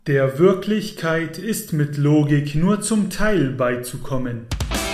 Der Wirklichkeit ist mit Logik nur zum Teil beizukommen.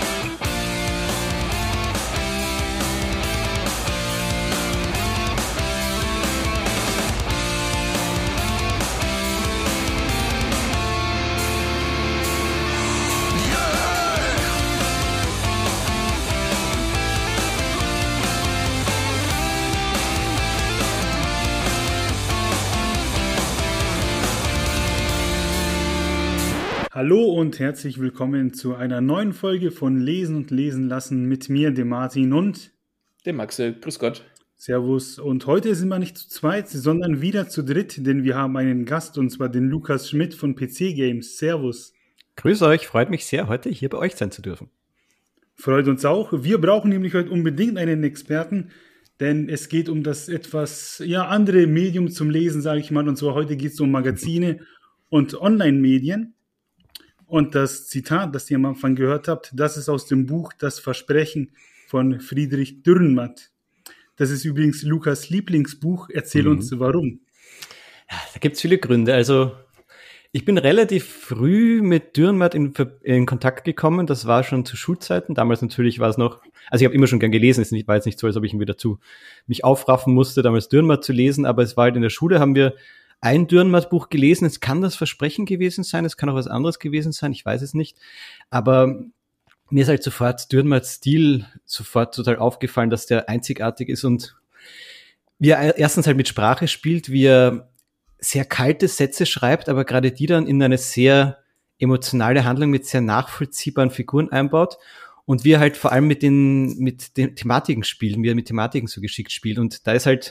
Hallo und herzlich willkommen zu einer neuen Folge von Lesen und Lesen lassen mit mir, dem Martin und dem Axel. Grüß Gott. Servus. Und heute sind wir nicht zu zweit, sondern wieder zu dritt, denn wir haben einen Gast, und zwar den Lukas Schmidt von PC Games. Servus. Grüß euch, freut mich sehr, heute hier bei euch sein zu dürfen. Freut uns auch. Wir brauchen nämlich heute unbedingt einen Experten, denn es geht um das etwas andere Medium zum Lesen, sage ich mal. Und zwar heute geht es um Magazine und Online-Medien. Und das Zitat, das ihr am Anfang gehört habt, das ist aus dem Buch Das Versprechen von Friedrich Dürrenmatt. Das ist übrigens Lukas' Lieblingsbuch. Erzähl uns, warum. Ja, da gibt's viele Gründe. Also ich bin relativ früh mit Dürrenmatt in Kontakt gekommen. Das war schon zu Schulzeiten. Damals natürlich war es noch, also ich habe immer schon gern gelesen. Es war jetzt nicht so, als ob ich mich aufraffen musste, damals Dürrenmatt zu lesen. Aber es war halt in der Schule, haben wir ein Dürrenmatt-Buch gelesen. Es kann das Versprechen gewesen sein, es kann auch was anderes gewesen sein, ich weiß es nicht. Aber mir ist halt sofort Dürrenmatts Stil sofort total aufgefallen, dass der einzigartig ist und wie er erstens halt mit Sprache spielt, wie er sehr kalte Sätze schreibt, aber gerade die dann in eine sehr emotionale Handlung mit sehr nachvollziehbaren Figuren einbaut und wie er halt vor allem mit den Thematiken spielt, wie er mit Thematiken so geschickt spielt. Und da ist halt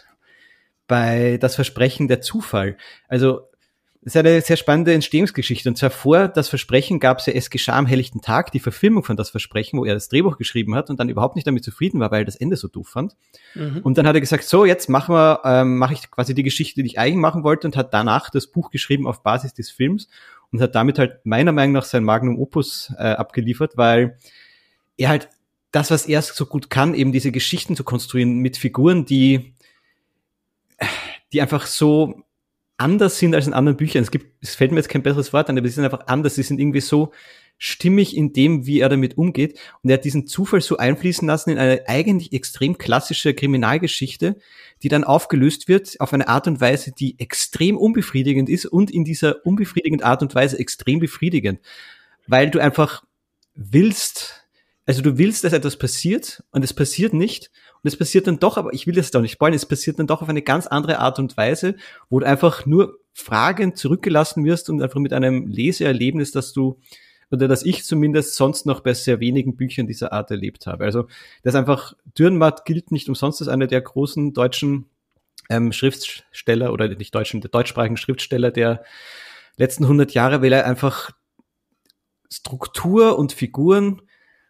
bei Das Versprechen der Zufall. Also es ist eine sehr spannende Entstehungsgeschichte. Und zwar vor Das Versprechen gab es ja Es geschah am helllichten Tag, die Verfilmung von Das Versprechen, wo er das Drehbuch geschrieben hat und dann überhaupt nicht damit zufrieden war, weil er das Ende so doof fand. Und dann hat er gesagt, so jetzt mache ich quasi die Geschichte, die ich eigentlich machen wollte, und hat danach das Buch geschrieben auf Basis des Films und hat damit halt meiner Meinung nach sein Magnum Opus abgeliefert, weil er halt das, was er so gut kann, eben diese Geschichten zu konstruieren mit Figuren, die einfach so anders sind als in anderen Büchern. Es fällt mir jetzt kein besseres Wort an, aber sie sind einfach anders. Sie sind irgendwie so stimmig in dem, wie er damit umgeht. Und er hat diesen Zufall so einfließen lassen in eine eigentlich extrem klassische Kriminalgeschichte, die dann aufgelöst wird auf eine Art und Weise, die extrem unbefriedigend ist und in dieser unbefriedigenden Art und Weise extrem befriedigend. Weil du einfach willst, dass etwas passiert und es passiert nicht. Und es passiert dann doch, aber ich will das doch nicht spoilern, es passiert dann doch auf eine ganz andere Art und Weise, wo du einfach nur fragend zurückgelassen wirst und einfach mit einem Leseerlebnis, dass ich zumindest sonst noch bei sehr wenigen Büchern dieser Art erlebt habe. Also Dürrenmatt gilt nicht umsonst als einer der großen deutschen Schriftsteller oder nicht deutschen, der deutschsprachigen Schriftsteller der letzten 100 Jahre, weil er einfach Struktur und Figuren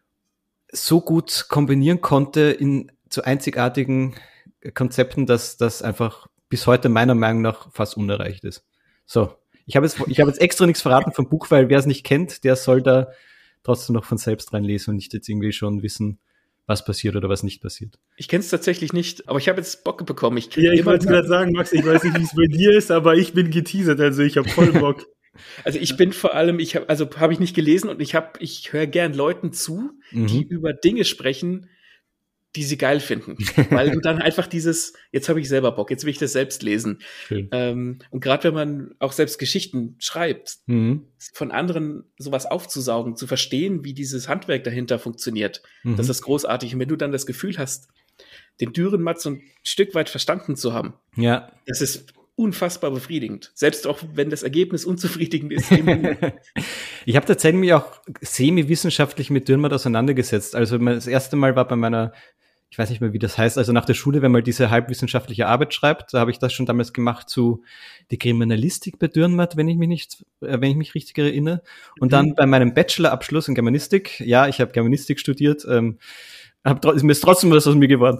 so gut kombinieren konnte in zu einzigartigen Konzepten, dass das einfach bis heute meiner Meinung nach fast unerreicht ist. So, ich habe jetzt extra nichts verraten vom Buch, weil wer es nicht kennt, der soll da trotzdem noch von selbst reinlesen und nicht jetzt irgendwie schon wissen, was passiert oder was nicht passiert. Ich kenne es tatsächlich nicht, aber ich habe jetzt Bock bekommen. Ich wollte gerade sagen, Max, ich weiß nicht, wie es bei dir ist, aber ich bin geteasert, also ich habe voll Bock. Also ich bin vor allem, habe ich nicht gelesen und ich höre gern Leuten zu, die über Dinge sprechen, die sie geil finden, weil du dann einfach jetzt habe ich selber Bock, jetzt will ich das selbst lesen. Und gerade wenn man auch selbst Geschichten schreibt, von anderen sowas aufzusaugen, zu verstehen, wie dieses Handwerk dahinter funktioniert, das ist großartig. Und wenn du dann das Gefühl hast, den Dürrenmatt so ein Stück weit verstanden zu haben, das ist unfassbar befriedigend. Selbst auch wenn das Ergebnis unzufriedigend ist. Ich habe tatsächlich mich auch semi-wissenschaftlich mit Dürrenmatt auseinandergesetzt. Also das erste Mal war bei meiner, ich weiß nicht mehr, wie das heißt, also nach der Schule, wenn man diese halbwissenschaftliche Arbeit schreibt, da habe ich das schon damals gemacht zu die Kriminalistik bei Dürrenmatt, wenn ich mich richtig erinnere. Und dann bei meinem Bachelorabschluss in Germanistik, ich habe Germanistik studiert, mir ist trotzdem was aus mir geworden.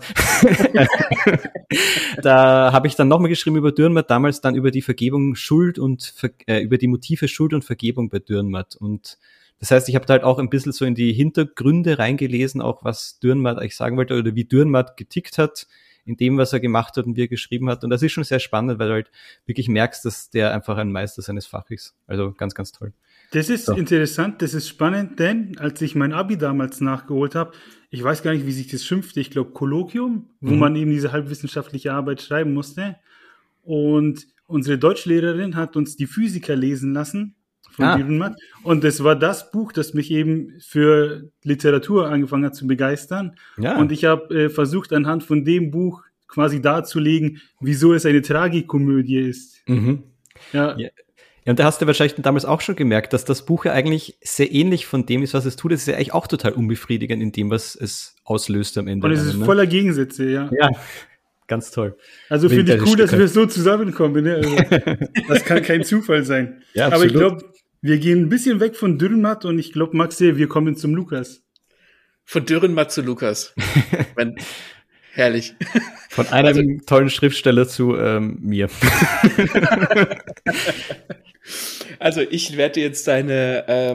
Da habe ich dann nochmal geschrieben über Dürrenmatt, damals dann über die Vergebung Schuld und über die Motive Schuld und Vergebung bei Dürrenmatt. Und das heißt, ich habe da halt auch ein bisschen so in die Hintergründe reingelesen, auch was Dürrenmatt eigentlich sagen wollte oder wie Dürrenmatt getickt hat in dem, was er gemacht hat und wie er geschrieben hat. Und das ist schon sehr spannend, weil du halt wirklich merkst, dass der einfach ein Meister seines Faches ist. Also ganz, ganz toll. Das ist interessant, das ist spannend, denn als ich mein Abi damals nachgeholt habe, ich weiß gar nicht, wie sich das schimpfte, ich glaube Kolloquium, wo man eben diese halbwissenschaftliche Arbeit schreiben musste. Und unsere Deutschlehrerin hat uns die Physiker lesen lassen von Dürrenmatt. Und das war das Buch, das mich eben für Literatur angefangen hat zu begeistern. Ja. Und ich habe versucht, anhand von dem Buch quasi darzulegen, wieso es eine Tragikomödie ist. Ja. Ja, und da hast du wahrscheinlich damals auch schon gemerkt, dass das Buch ja eigentlich sehr ähnlich von dem ist, was es tut. Es ist ja eigentlich auch total unbefriedigend in dem, was es auslöst am Ende. Und es ist voller Gegensätze, ja. Ja, ganz toll. Also finde ich cool, dass wir so zusammenkommen. Ne? Also, das kann kein Zufall sein. Ja, aber ich glaube, wir gehen ein bisschen weg von Dürrenmatt und ich glaube, Maxi, wir kommen zum Lukas. Von Dürrenmatt zu Lukas. Herrlich. Von einem tollen Schriftsteller zu mir. Also ich werde jetzt deine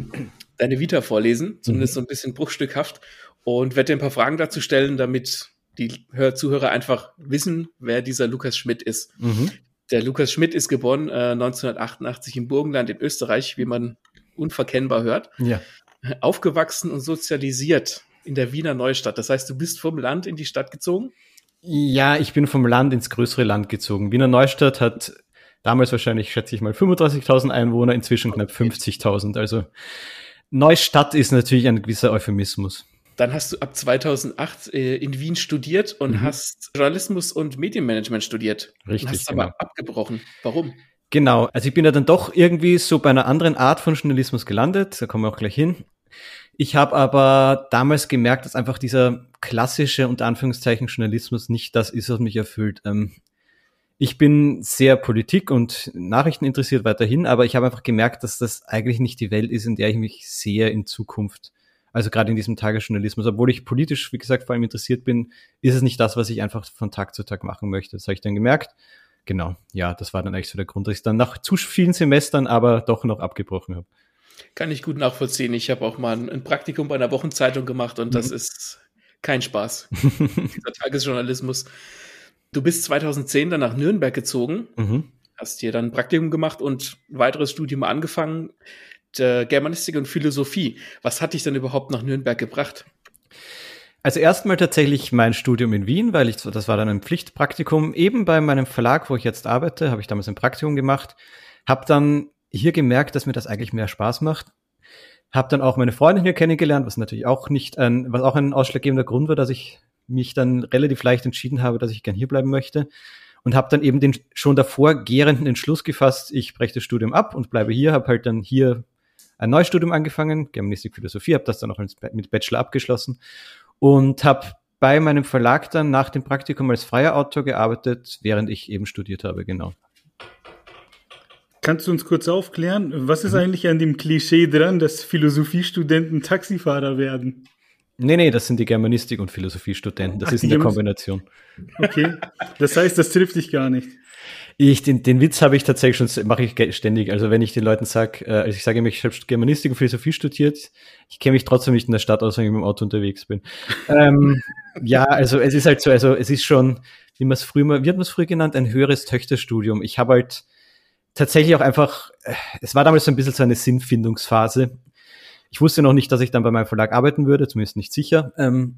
Vita vorlesen, zumindest so ein bisschen bruchstückhaft, und werde dir ein paar Fragen dazu stellen, damit die Zuhörer einfach wissen, wer dieser Lukas Schmidt ist. Der Lukas Schmidt ist geboren 1988 im Burgenland in Österreich, wie man unverkennbar hört. Ja. Aufgewachsen und sozialisiert in der Wiener Neustadt. Das heißt, du bist vom Land in die Stadt gezogen? Ja, ich bin vom Land ins größere Land gezogen. Wiener Neustadt hat damals wahrscheinlich, schätze ich mal, 35.000 Einwohner, inzwischen knapp 50.000. Also Neustadt ist natürlich ein gewisser Euphemismus. Dann hast du ab 2008 in Wien studiert und hast Journalismus und Medienmanagement studiert. Richtig, hast aber abgebrochen. Warum? Genau, also ich bin ja dann doch irgendwie so bei einer anderen Art von Journalismus gelandet. Da kommen wir auch gleich hin. Ich habe aber damals gemerkt, dass einfach dieser klassische, unter Anführungszeichen, Journalismus nicht das ist, was mich erfüllt. Ich bin sehr Politik- und Nachrichten interessiert weiterhin, aber ich habe einfach gemerkt, dass das eigentlich nicht die Welt ist, in der ich mich sehe in Zukunft. Also gerade in diesem Tagesjournalismus. Obwohl ich politisch, wie gesagt, vor allem interessiert bin, ist es nicht das, was ich einfach von Tag zu Tag machen möchte. Das habe ich dann gemerkt. Genau, ja, das war dann eigentlich so der Grund, dass ich dann nach zu vielen Semestern aber doch noch abgebrochen habe. Kann ich gut nachvollziehen. Ich habe auch mal ein Praktikum bei einer Wochenzeitung gemacht und das ist kein Spaß, dieser Tagesjournalismus. Du bist 2010 dann nach Nürnberg gezogen, hast hier dann ein Praktikum gemacht und ein weiteres Studium angefangen, Germanistik und Philosophie. Was hat dich denn überhaupt nach Nürnberg gebracht? Also erstmal tatsächlich mein Studium in Wien, weil das war dann ein Pflichtpraktikum. Eben bei meinem Verlag, wo ich jetzt arbeite, habe ich damals ein Praktikum gemacht, habe dann hier gemerkt, dass mir das eigentlich mehr Spaß macht. Habe dann auch meine Freundin hier kennengelernt, was natürlich auch was auch ein ausschlaggebender Grund war, dass ich mich dann relativ leicht entschieden habe, dass ich gern hier bleiben möchte. Und habe dann eben den schon davor gärenden Entschluss gefasst, ich breche das Studium ab und bleibe hier, habe halt dann hier ein neues Studium angefangen, Germanistik, Philosophie, habe das dann auch mit Bachelor abgeschlossen und habe bei meinem Verlag dann nach dem Praktikum als freier Autor gearbeitet, während ich eben studiert habe, genau. Kannst du uns kurz aufklären, was ist eigentlich an dem Klischee dran, dass Philosophiestudenten Taxifahrer werden? Nee, das sind die Germanistik- und Philosophiestudenten. Das ist in der Kombination. Okay, das heißt, das trifft dich gar nicht. Den Witz habe ich tatsächlich schon, mache ich ständig. Also wenn ich den Leuten sage, ich sage immer, ich habe Germanistik und Philosophie studiert, ich kenne mich trotzdem nicht in der Stadt aus, wenn ich mit dem Auto unterwegs bin. Ja, also es ist halt so, also es ist schon, wie hat man es früher genannt, ein höheres Töchterstudium. Ich habe halt tatsächlich auch einfach, es war damals so ein bisschen so eine Sinnfindungsphase. Ich wusste noch nicht, dass ich dann bei meinem Verlag arbeiten würde, zumindest nicht sicher.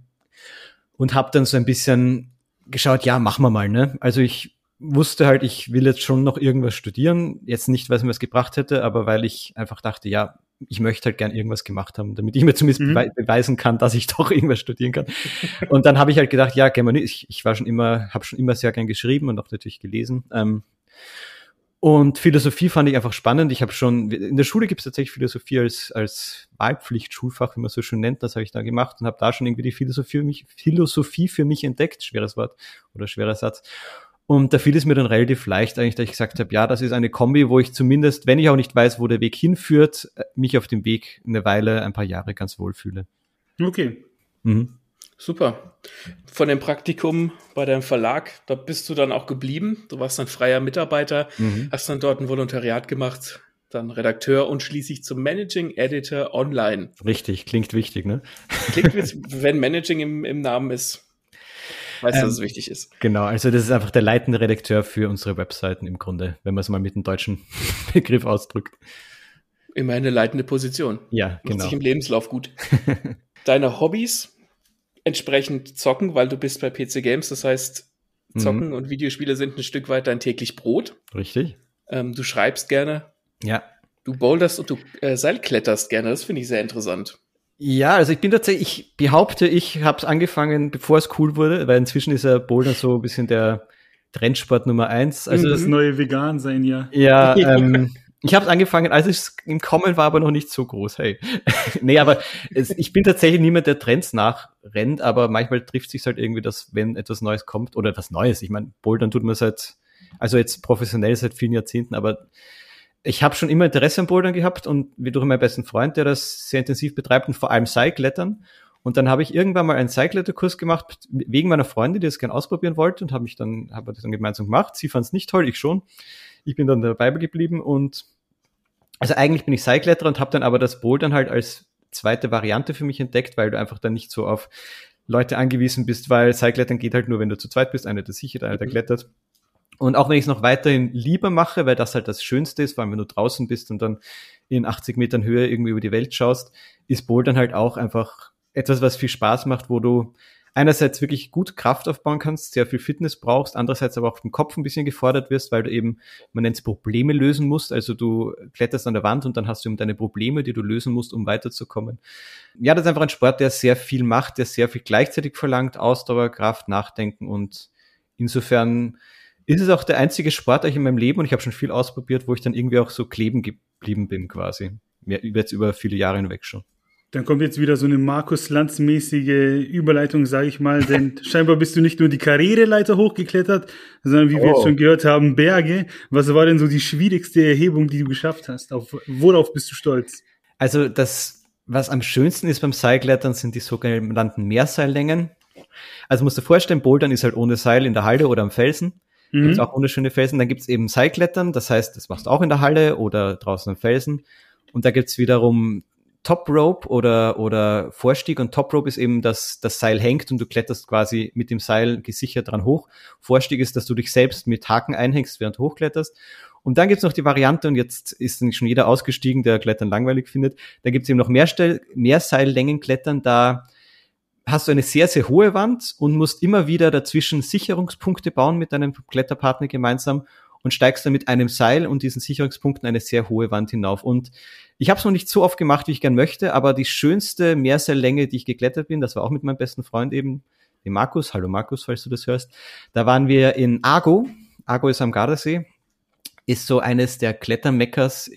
Und habe dann so ein bisschen geschaut, ja, machen wir mal, ne? Also ich wusste halt, ich will jetzt schon noch irgendwas studieren. Jetzt nicht, weil es mir was gebracht hätte, aber weil ich einfach dachte, ja, ich möchte halt gern irgendwas gemacht haben, damit ich mir zumindest beweisen kann, dass ich doch irgendwas studieren kann. Und dann habe ich halt gedacht, ja, Germanistik, ich habe schon immer sehr gern geschrieben und auch natürlich gelesen. Und Philosophie fand ich einfach spannend. Ich habe schon, in der Schule gibt es tatsächlich Philosophie als Wahlpflichtschulfach, wie man so schön nennt. Das habe ich da gemacht und habe da schon irgendwie die Philosophie für mich entdeckt. Schweres Wort oder schwerer Satz. Und da fiel es mir dann relativ leicht eigentlich, dass ich gesagt habe, ja, das ist eine Kombi, wo ich zumindest, wenn ich auch nicht weiß, wo der Weg hinführt, mich auf dem Weg eine Weile, ein paar Jahre ganz wohl fühle. Okay. Super. Von dem Praktikum bei deinem Verlag, da bist du dann auch geblieben. Du warst dann freier Mitarbeiter, hast dann dort ein Volontariat gemacht, dann Redakteur und schließlich zum Managing Editor online. Richtig, klingt wichtig, ne? Klingt, wenn Managing im Namen ist. Weißt du, dass es wichtig ist. Genau, also das ist einfach der leitende Redakteur für unsere Webseiten im Grunde, wenn man es mal mit einem deutschen Begriff ausdrückt. Immer eine leitende Position. Ja, genau. Macht sich im Lebenslauf gut. Deine Hobbys entsprechend zocken, weil du bist bei PC Games, das heißt, Zocken und Videospiele sind ein Stück weit dein täglich Brot. Richtig. Du schreibst gerne. Ja. Du boulderst und du Seilkletterst gerne. Das finde ich sehr interessant. Ja, also ich behaupte, ich habe es angefangen, bevor es cool wurde, weil inzwischen ist ja Bouldern so ein bisschen der Trendsport Nummer 1. Also das neue Vegan sein, ja. Ja, ich habe es angefangen, als es im Kommen war, aber noch nicht so groß. Hey, nee, aber ich bin tatsächlich niemand, der Trends nachrennt, aber manchmal trifft sich halt irgendwie, dass wenn etwas Neues kommt oder etwas Neues. Ich meine, Bouldern tut man also jetzt professionell seit vielen Jahrzehnten, aber ich habe schon immer Interesse an Bouldern gehabt und wie durch meinen besten Freund, der das sehr intensiv betreibt und vor allem Seilklettern. Und dann habe ich irgendwann mal einen Seilkletterkurs gemacht wegen meiner Freundin, die das gerne ausprobieren wollte und haben wir das dann gemeinsam gemacht. Sie fand es nicht toll, ich schon. Ich bin dann dabei geblieben und also eigentlich bin ich Seilkletterer und habe dann aber das Bouldern halt als zweite Variante für mich entdeckt, weil du einfach dann nicht so auf Leute angewiesen bist, weil Seilklettern geht halt nur, wenn du zu zweit bist, einer der sichert, einer der klettert. Und auch wenn ich es noch weiterhin lieber mache, weil das halt das Schönste ist, vor allem wenn du draußen bist und dann in 80 Metern Höhe irgendwie über die Welt schaust, ist Bouldern halt auch einfach etwas, was viel Spaß macht, wo du einerseits wirklich gut Kraft aufbauen kannst, sehr viel Fitness brauchst, andererseits aber auch im Kopf ein bisschen gefordert wirst, weil du eben, man nennt es Probleme lösen musst, also du kletterst an der Wand und dann hast du eben deine Probleme, die du lösen musst, um weiterzukommen. Ja, das ist einfach ein Sport, der sehr viel macht, der sehr viel gleichzeitig verlangt, Ausdauer, Kraft, Nachdenken und insofern ist es auch der einzige Sport eigentlich in meinem Leben und ich habe schon viel ausprobiert, wo ich dann irgendwie auch so kleben geblieben bin quasi. Jetzt über viele Jahre hinweg schon. Dann kommt jetzt wieder so eine Markus Lanz-mäßige Überleitung, sage ich mal, denn scheinbar bist du nicht nur die Karriereleiter hochgeklettert, sondern wie wir jetzt schon gehört haben, Berge. Was war denn so die schwierigste Erhebung, die du geschafft hast? Worauf bist du stolz? Also was am schönsten ist beim Seilklettern, sind die sogenannten Mehrseillängen. Also musst du dir vorstellen, Bouldern ist halt ohne Seil in der Halle oder am Felsen. Gibt es auch wunderschöne Felsen. Dann gibt's eben Seilklettern, das heißt, das machst du auch in der Halle oder draußen am Felsen. Und da gibt's wiederum Top Rope oder Vorstieg. Und Top Rope ist eben, dass das Seil hängt und du kletterst quasi mit dem Seil gesichert dran hoch. Vorstieg ist, dass du dich selbst mit Haken einhängst, während du hochkletterst. Und dann gibt's noch die Variante, und jetzt ist nicht schon jeder ausgestiegen, der Klettern langweilig findet. Da gibt's eben noch Mehrseillängen Klettern, da hast du eine sehr, sehr hohe Wand und musst immer wieder dazwischen Sicherungspunkte bauen mit deinem Kletterpartner gemeinsam und steigst dann mit einem Seil und diesen Sicherungspunkten eine sehr hohe Wand hinauf. Und ich habe es noch nicht so oft gemacht, wie ich gern möchte, aber die schönste Mehrseillänge, die ich geklettert bin, das war auch mit meinem besten Freund eben, dem Markus. Hallo Markus, falls du das hörst. Da waren wir in Argo. Argo ist am Gardasee. Ist so eines der Klettermeckers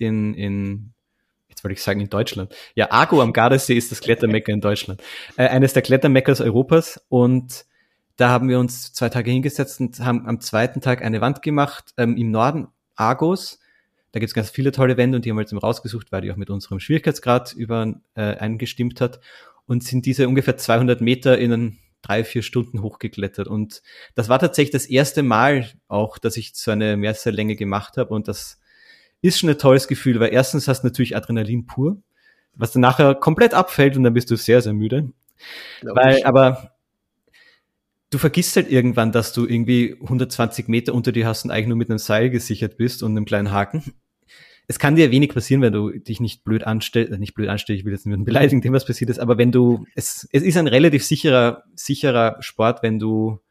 jetzt wollte ich sagen in Deutschland. Ja, Argo am Gardasee ist das Klettermecker in Deutschland. Eines der Klettermeckers Europas. Und da haben wir uns 2 Tage hingesetzt und haben am zweiten Tag eine Wand gemacht im Norden Argos. Da gibt's ganz viele tolle Wände und die haben wir jetzt rausgesucht, weil die auch mit unserem Schwierigkeitsgrad eingestimmt hat. Und sind diese ungefähr 200 Meter in 3-4 Stunden hochgeklettert. Und das war tatsächlich das erste Mal auch, dass ich so eine Mehrseillänge gemacht habe. Und das ist schon ein tolles Gefühl, weil erstens hast du natürlich Adrenalin pur, was dann nachher komplett abfällt und dann bist du sehr, sehr müde. Aber du vergisst halt irgendwann, dass du irgendwie 120 Meter unter dir hast und eigentlich nur mit einem Seil gesichert bist und einem kleinen Haken. Es kann dir wenig passieren, wenn du dich nicht blöd anstellst, ich will jetzt niemanden beleidigen, dem was passiert ist, aber wenn es ist ein relativ sicherer Sport, wenn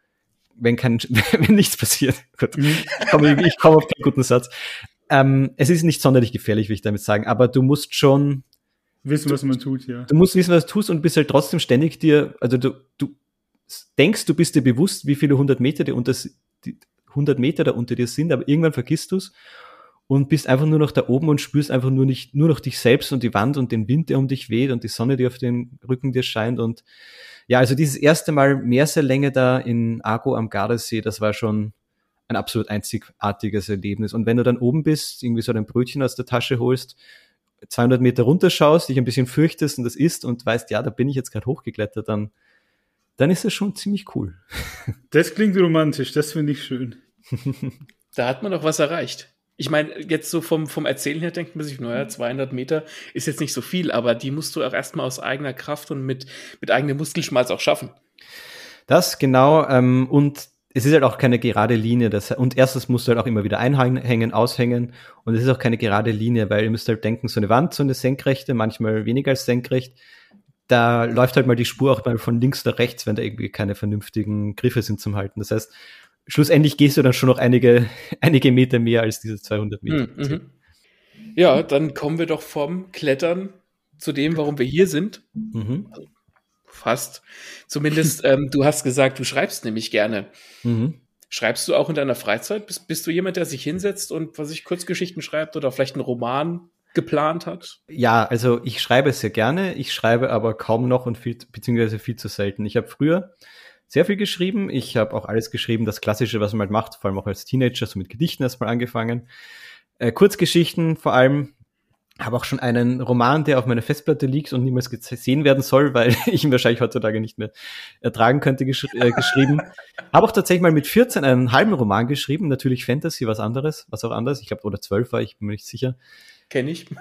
nichts passiert. Gut. Ich komme auf den guten Satz. Es ist nicht sonderlich gefährlich, will ich damit sagen, aber du musst schon wissen, was man tut, ja. Du musst wissen, was du tust und bist halt trotzdem ständig du denkst, du bist dir bewusst, wie viele 100 Meter da unter dir sind, aber irgendwann vergisst du es und bist einfach nur noch da oben und spürst einfach nur noch dich selbst und die Wand und den Wind, der um dich weht und die Sonne, die auf den Rücken dir scheint. Und ja, also dieses erste Mal Mehrseillänge da in Argo am Gardasee, das war schon ein absolut einzigartiges Erlebnis. Und wenn du dann oben bist, irgendwie so dein Brötchen aus der Tasche holst, 200 Meter runterschaust, dich ein bisschen fürchtest und das isst und weißt, ja, da bin ich jetzt gerade hochgeklettert, dann ist das schon ziemlich cool. Das klingt romantisch, das finde ich schön. Da hat man doch was erreicht. Ich meine, jetzt so vom Erzählen her denkt man sich, 200 Meter ist jetzt nicht so viel, aber die musst du auch erstmal aus eigener Kraft und mit eigenem Muskelschmalz auch schaffen. Das, genau, und es ist halt auch keine gerade Linie. Und erstens musst du halt auch immer wieder einhängen, aushängen. Und es ist auch keine gerade Linie, weil ihr müsst halt denken, so eine Wand, so eine senkrechte, manchmal weniger als senkrecht. Da läuft halt mal die Spur auch mal von links nach rechts, wenn da irgendwie keine vernünftigen Griffe sind zum Halten. Das heißt, schlussendlich gehst du dann schon noch einige Meter mehr als diese 200 Meter. Mhm. Ja, dann kommen wir doch vom Klettern zu dem, warum wir hier sind. Mhm. Also, fast. Zumindest, du hast gesagt, du schreibst nämlich gerne. Mhm. Schreibst du auch in deiner Freizeit? Bist du jemand, der sich hinsetzt und Kurzgeschichten schreibt oder vielleicht einen Roman geplant hat? Ja, also ich schreibe sehr gerne. Ich schreibe aber kaum noch und beziehungsweise viel zu selten. Ich habe früher sehr viel geschrieben. Ich habe auch alles geschrieben, das Klassische, was man halt macht, vor allem auch als Teenager, so mit Gedichten erstmal angefangen. Kurzgeschichten vor allem. Habe auch schon einen Roman, der auf meiner Festplatte liegt und niemals gesehen werden soll, weil ich ihn wahrscheinlich heutzutage nicht mehr ertragen könnte, geschrieben. Habe auch tatsächlich mal mit 14 einen halben Roman geschrieben, natürlich Fantasy, was auch anderes. Ich glaube, oder 12 war, ich bin mir nicht sicher. Kenne ich.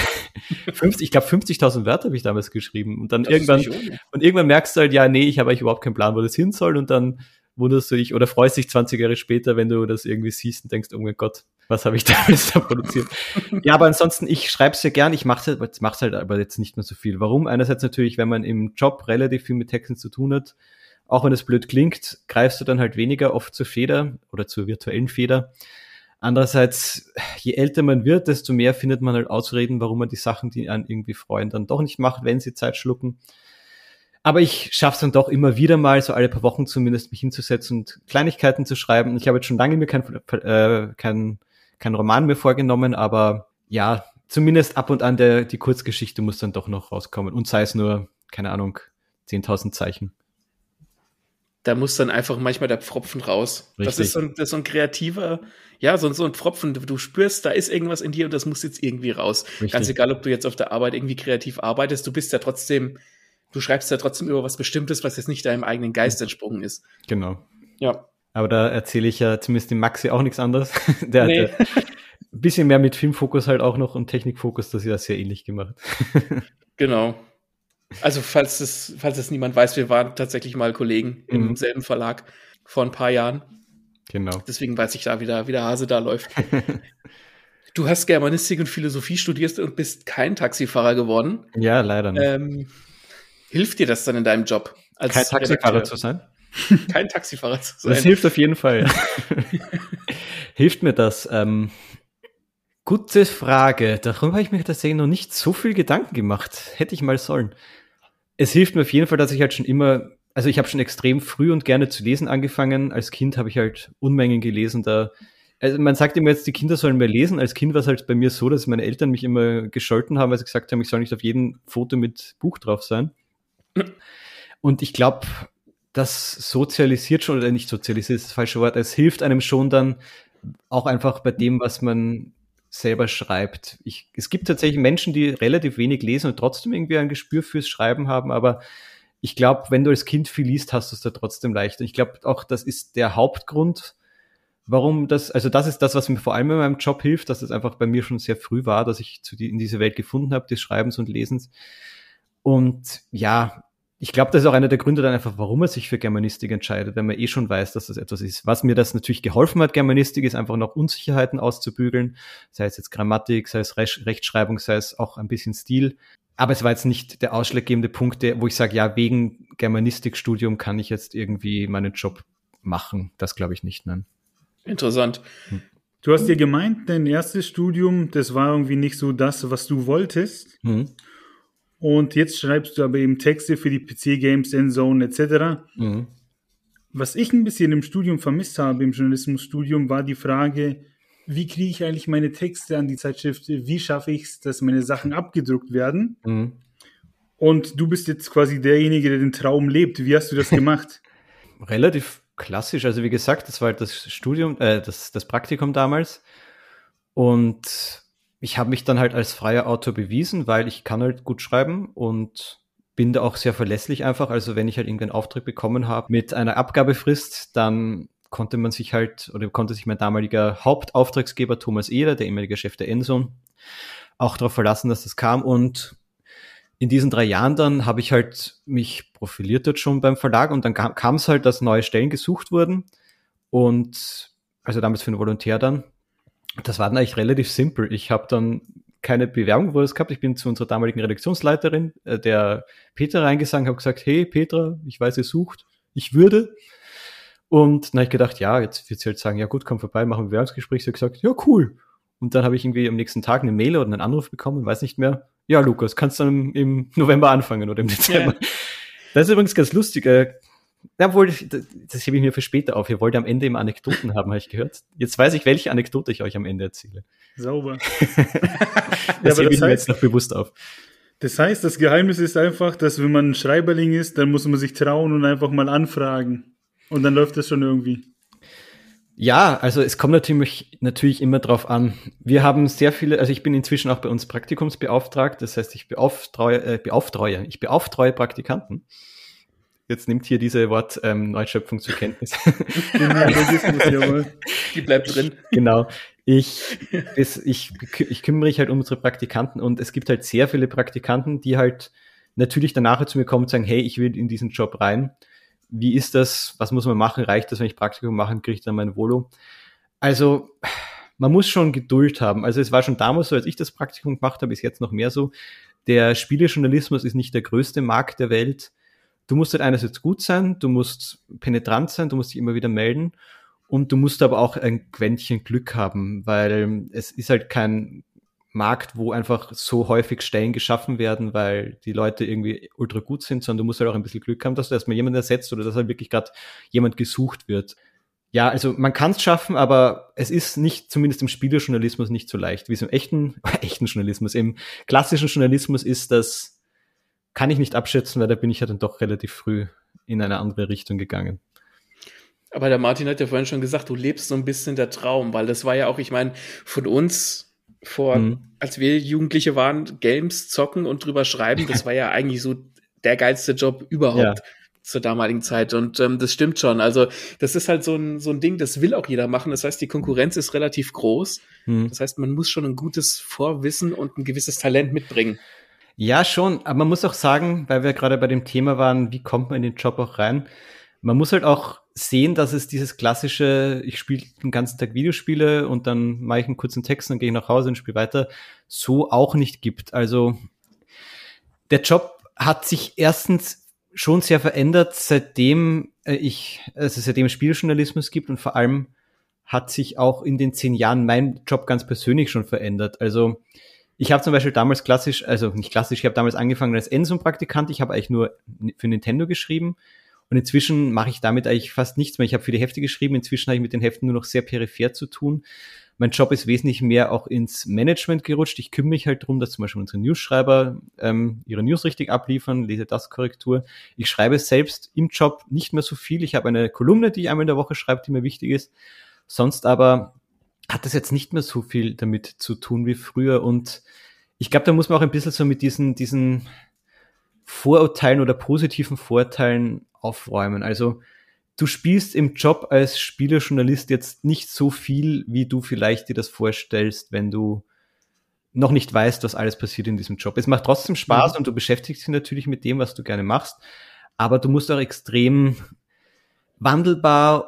Ich glaube, 50.000 Wörter habe ich damals geschrieben. Und dann irgendwann merkst du halt, ja, nee, ich habe eigentlich überhaupt keinen Plan, wo das hin soll. Und dann wunderst du dich oder freust dich 20 Jahre später, wenn du das irgendwie siehst und denkst, oh mein Gott, was habe ich da jetzt produziert? Ja, aber ansonsten, ich schreibe es ja gern, ich mache es halt aber jetzt nicht mehr so viel. Warum? Einerseits natürlich, wenn man im Job relativ viel mit Texten zu tun hat, auch wenn es blöd klingt, greifst du dann halt weniger oft zur Feder oder zur virtuellen Feder. Andererseits, je älter man wird, desto mehr findet man halt Ausreden, warum man die Sachen, die einen irgendwie freuen, dann doch nicht macht, wenn sie Zeit schlucken. Aber ich schaffe es dann doch immer wieder mal, so alle paar Wochen zumindest, mich hinzusetzen und Kleinigkeiten zu schreiben. Ich habe jetzt schon lange mir kein Roman mehr vorgenommen, aber ja, zumindest ab und an die Kurzgeschichte muss dann doch noch rauskommen. Und sei es nur, keine Ahnung, 10.000 Zeichen. Da muss dann einfach manchmal der Pfropfen raus. Richtig. Das ist so ein kreativer, ja, so ein Pfropfen. Du spürst, da ist irgendwas in dir und das muss jetzt irgendwie raus. Richtig. Ganz egal, ob du jetzt auf der Arbeit irgendwie kreativ arbeitest, du schreibst ja trotzdem über was Bestimmtes, was jetzt nicht deinem eigenen Geist entsprungen ist. Genau. Ja. Aber da erzähle ich ja zumindest dem Maxi auch nichts anderes. Der hat ein bisschen mehr mit Filmfokus halt auch noch und Technikfokus, das ist ja sehr ähnlich gemacht. Genau. Also falls es niemand weiß, wir waren tatsächlich mal Kollegen im selben Verlag vor ein paar Jahren. Genau. Deswegen weiß ich da, wie der Hase da läuft. Du hast Germanistik und Philosophie studiert und bist kein Taxifahrer geworden. Ja, leider nicht. Hilft dir das dann in deinem Job? Als kein Taxifahrer zu sein? Kein Taxifahrer zu sein. Das hilft auf jeden Fall. Hilft mir das? Gute Frage. Darüber habe ich mir tatsächlich noch nicht so viel Gedanken gemacht. Hätte ich mal sollen. Es hilft mir auf jeden Fall, dass ich halt schon immer, also ich habe schon extrem früh und gerne zu lesen angefangen. Als Kind habe ich halt Unmengen gelesen. Also man sagt immer jetzt, die Kinder sollen mehr lesen. Als Kind war es halt bei mir so, dass meine Eltern mich immer gescholten haben, weil sie gesagt haben, ich soll nicht auf jedem Foto mit Buch drauf sein. Und ich glaube, das sozialisiert schon, oder nicht sozialisiert, ist das falsche Wort, es hilft einem schon dann auch einfach bei dem, was man selber schreibt. Es gibt tatsächlich Menschen, die relativ wenig lesen und trotzdem irgendwie ein Gespür fürs Schreiben haben, aber ich glaube, wenn du als Kind viel liest, hast du es da trotzdem leicht. Und ich glaube auch, das ist der Hauptgrund, warum das ist das, was mir vor allem in meinem Job hilft, dass es einfach bei mir schon sehr früh war, dass ich in diese Welt gefunden habe, des Schreibens und Lesens. Und ja, ich glaube, das ist auch einer der Gründe dann einfach, warum man sich für Germanistik entscheidet, wenn man eh schon weiß, dass das etwas ist. Was mir das natürlich geholfen hat, Germanistik, ist einfach noch Unsicherheiten auszubügeln, sei es jetzt Grammatik, sei es Rechtschreibung, sei es auch ein bisschen Stil. Aber es war jetzt nicht der ausschlaggebende Punkt, wo ich sage, ja, wegen Germanistikstudium kann ich jetzt irgendwie meinen Job machen. Das glaube ich nicht, nein. Interessant. Du hast ja gemeint, dein erstes Studium, das war irgendwie nicht so das, was du wolltest. Und jetzt schreibst du aber eben Texte für die PC-Games, Endzone etc. Was ich ein bisschen im Studium vermisst habe, im Journalismusstudium, war die Frage, wie kriege ich eigentlich meine Texte an die Zeitschrift? Wie schaffe ich es, dass meine Sachen abgedruckt werden? Und du bist jetzt quasi derjenige, der den Traum lebt. Wie hast du das gemacht? Relativ klassisch. Also wie gesagt, das war halt das Studium, das Praktikum damals. Und ich habe mich dann halt als freier Autor bewiesen, weil ich kann halt gut schreiben und bin da auch sehr verlässlich einfach. Also wenn ich halt irgendeinen Auftrag bekommen habe mit einer Abgabefrist, dann konnte sich mein damaliger Hauptauftragsgeber Thomas Ehler, der ehemalige Chef der Endzone, auch darauf verlassen, dass das kam. Und in diesen 3 Jahren dann habe ich halt mich profiliert dort schon beim Verlag und dann kam es halt, dass neue Stellen gesucht wurden und also damals für einen Volontär dann. Das war dann eigentlich relativ simpel. Ich habe dann keine Bewerbung wo es gehabt. Ich bin zu unserer damaligen Redaktionsleiterin, der Petra, reingesandt, habe gesagt, hey Petra, ich weiß, ihr sucht, ich würde. Und dann habe ich gedacht, ja, jetzt wird sie halt sagen, ja gut, komm vorbei, machen ein Bewerbungsgespräch. Sie hat gesagt, ja cool. Und dann habe ich irgendwie am nächsten Tag eine Mail oder einen Anruf bekommen, weiß nicht mehr. Ja, Lukas, kannst du dann im November anfangen oder im Dezember. Ja. Das ist übrigens ganz lustig. Obwohl, das hebe ich mir für später auf. Ihr wollt am Ende immer Anekdoten haben, habe ich gehört. Jetzt weiß ich, welche Anekdote ich euch am Ende erzähle. Sauber. Das hebe ich mir jetzt noch bewusst auf. Das heißt, das Geheimnis ist einfach, dass wenn man ein Schreiberling ist, dann muss man sich trauen und einfach mal anfragen. Und dann läuft das schon irgendwie. Ja, also es kommt natürlich immer drauf an. Wir haben sehr viele, also ich bin inzwischen auch bei uns Praktikumsbeauftragt, das heißt, ich beauftreue Praktikanten. Jetzt nimmt hier diese Wort Neuschöpfung zur Kenntnis. Die bleibt drin. Genau. Ich kümmere mich halt um unsere Praktikanten und es gibt halt sehr viele Praktikanten, die halt natürlich danach zu mir kommen und sagen, hey, ich will in diesen Job rein. Wie ist das? Was muss man machen? Reicht das, wenn ich Praktikum mache, kriege ich dann mein Volo? Also, man muss schon Geduld haben. Also, es war schon damals so, als ich das Praktikum gemacht habe, ist jetzt noch mehr so. Der Spielejournalismus ist nicht der größte Markt der Welt. Du musst halt einerseits gut sein, du musst penetrant sein, du musst dich immer wieder melden und du musst aber auch ein Quäntchen Glück haben, weil es ist halt kein Markt, wo einfach so häufig Stellen geschaffen werden, weil die Leute irgendwie ultra gut sind, sondern du musst halt auch ein bisschen Glück haben, dass du erstmal jemanden ersetzt oder dass halt wirklich gerade jemand gesucht wird. Ja, also man kann es schaffen, aber es ist nicht, zumindest im Spielejournalismus, nicht so leicht, wie es im echten Journalismus. Im klassischen Journalismus ist das, kann ich nicht abschätzen, weil da bin ich ja dann doch relativ früh in eine andere Richtung gegangen. Aber der Martin hat ja vorhin schon gesagt, du lebst so ein bisschen der Traum, weil das war ja auch, ich meine, von uns als wir Jugendliche waren, Games zocken und drüber schreiben, das war ja eigentlich so der geilste Job überhaupt zur damaligen Zeit. Und das stimmt schon. Also das ist halt so ein Ding, das will auch jeder machen. Das heißt, die Konkurrenz ist relativ groß. Das heißt, man muss schon ein gutes Vorwissen und ein gewisses Talent mitbringen. Ja, schon. Aber man muss auch sagen, weil wir gerade bei dem Thema waren, wie kommt man in den Job auch rein? Man muss halt auch sehen, dass es dieses klassische, ich spiele den ganzen Tag Videospiele und dann mache ich einen kurzen Text, dann gehe ich nach Hause und spiele weiter, so auch nicht gibt. Also der Job hat sich erstens schon sehr verändert, seitdem es Spieljournalismus gibt und vor allem hat sich auch in den 10 Jahren mein Job ganz persönlich schon verändert. Also ich habe zum Beispiel damals ich habe damals angefangen als Ensum-Praktikant, ich habe eigentlich nur für Nintendo geschrieben. Und inzwischen mache ich damit eigentlich fast nichts mehr. Ich habe für die Hefte geschrieben, inzwischen habe ich mit den Heften nur noch sehr peripher zu tun. Mein Job ist wesentlich mehr auch ins Management gerutscht. Ich kümmere mich halt darum, dass zum Beispiel unsere Newsschreiber ihre News richtig abliefern, lese das Korrektur. Ich schreibe selbst im Job nicht mehr so viel. Ich habe eine Kolumne, die ich einmal in der Woche schreibe, die mir wichtig ist. Sonst aber hat das jetzt nicht mehr so viel damit zu tun wie früher. Und ich glaube, da muss man auch ein bisschen so mit diesen Vorurteilen oder positiven Vorteilen aufräumen. Also du spielst im Job als Spielejournalist jetzt nicht so viel, wie du vielleicht dir das vorstellst, wenn du noch nicht weißt, was alles passiert in diesem Job. Es macht trotzdem Spaß und du beschäftigst dich natürlich mit dem, was du gerne machst, aber du musst auch extrem wandelbar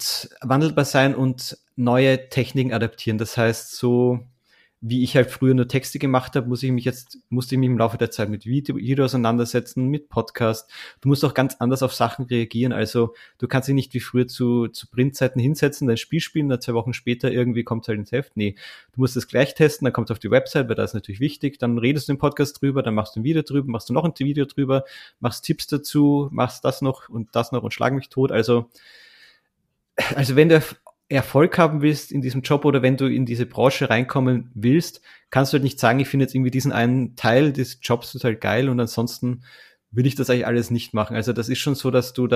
sein und neue Techniken adaptieren. Das heißt, so wie ich halt früher nur Texte gemacht habe, musste ich mich im Laufe der Zeit mit Video auseinandersetzen, mit Podcast. Du musst auch ganz anders auf Sachen reagieren. Also du kannst dich nicht wie früher zu Printzeiten hinsetzen, dein Spiel spielen, dann 2 Wochen später irgendwie kommt es halt ins Heft. Nee, du musst es gleich testen, dann kommt es auf die Website, weil das ist natürlich wichtig. Dann redest du im Podcast drüber, dann machst du ein Video drüber, machst du noch ein Video drüber, machst Tipps dazu, machst das noch und schlag mich tot. Also wenn du Erfolg haben willst in diesem Job oder wenn du in diese Branche reinkommen willst, kannst du halt nicht sagen, ich finde jetzt irgendwie diesen einen Teil des Jobs total geil und ansonsten will ich das eigentlich alles nicht machen. Also das ist schon so, dass du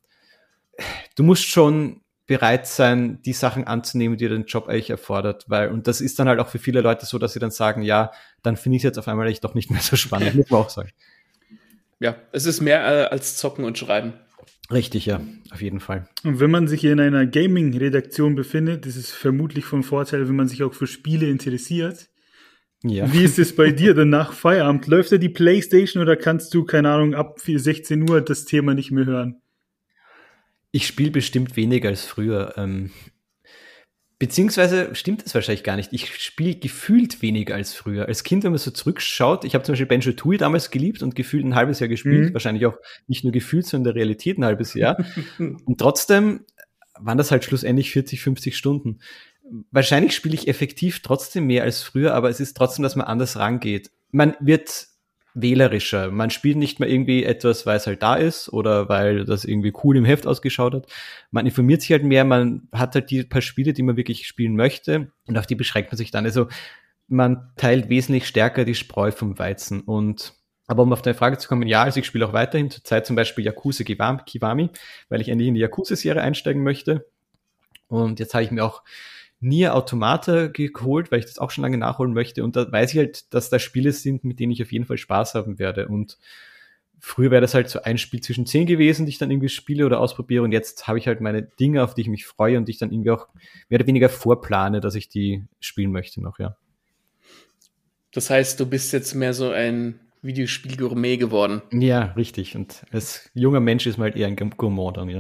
musst schon bereit sein, die Sachen anzunehmen, die dein Job eigentlich erfordert, und das ist dann halt auch für viele Leute so, dass sie dann sagen, ja, dann finde ich es jetzt auf einmal echt doch nicht mehr so spannend, muss man auch sagen. Ja, es ist mehr als Zocken und Schreiben. Richtig, ja, auf jeden Fall. Und wenn man sich in einer Gaming-Redaktion befindet, ist es vermutlich von Vorteil, wenn man sich auch für Spiele interessiert. Ja. Wie ist es bei dir denn nach Feierabend? Läuft da die Playstation oder kannst du, keine Ahnung, ab 16 Uhr das Thema nicht mehr hören? Ich spiele bestimmt weniger als früher. Beziehungsweise stimmt das wahrscheinlich gar nicht. Ich spiele gefühlt weniger als früher. Als Kind, wenn man so zurückschaut, ich habe zum Beispiel Banjo-Tooie damals geliebt und gefühlt ein halbes Jahr gespielt. Wahrscheinlich auch nicht nur gefühlt, sondern in der Realität ein halbes Jahr. Und trotzdem waren das halt schlussendlich 40, 50 Stunden. Wahrscheinlich spiele ich effektiv trotzdem mehr als früher, aber es ist trotzdem, dass man anders rangeht. Man wird wählerischer. Man spielt nicht mehr irgendwie etwas, weil es halt da ist oder weil das irgendwie cool im Heft ausgeschaut hat. Man informiert sich halt mehr, man hat halt die paar Spiele, die man wirklich spielen möchte und auf die beschränkt man sich dann. Also man teilt wesentlich stärker die Spreu vom Weizen. Aber um auf deine Frage zu kommen, ja, also ich spiele auch weiterhin zurzeit zum Beispiel Yakuza Kiwami, weil ich endlich in die Yakuza-Serie einsteigen möchte. Und jetzt habe ich mir auch Nier Automata geholt, weil ich das auch schon lange nachholen möchte. Und da weiß ich halt, dass da Spiele sind, mit denen ich auf jeden Fall Spaß haben werde. Und früher wäre das halt so ein Spiel zwischen 10 gewesen, die ich dann irgendwie spiele oder ausprobiere. Und jetzt habe ich halt meine Dinge, auf die ich mich freue und die ich dann irgendwie auch mehr oder weniger vorplane, dass ich die spielen möchte noch, ja. Das heißt, du bist jetzt mehr so ein Videospiel-Gourmet geworden. Ja, richtig. Und als junger Mensch ist man halt eher ein Gourmand dann, ja.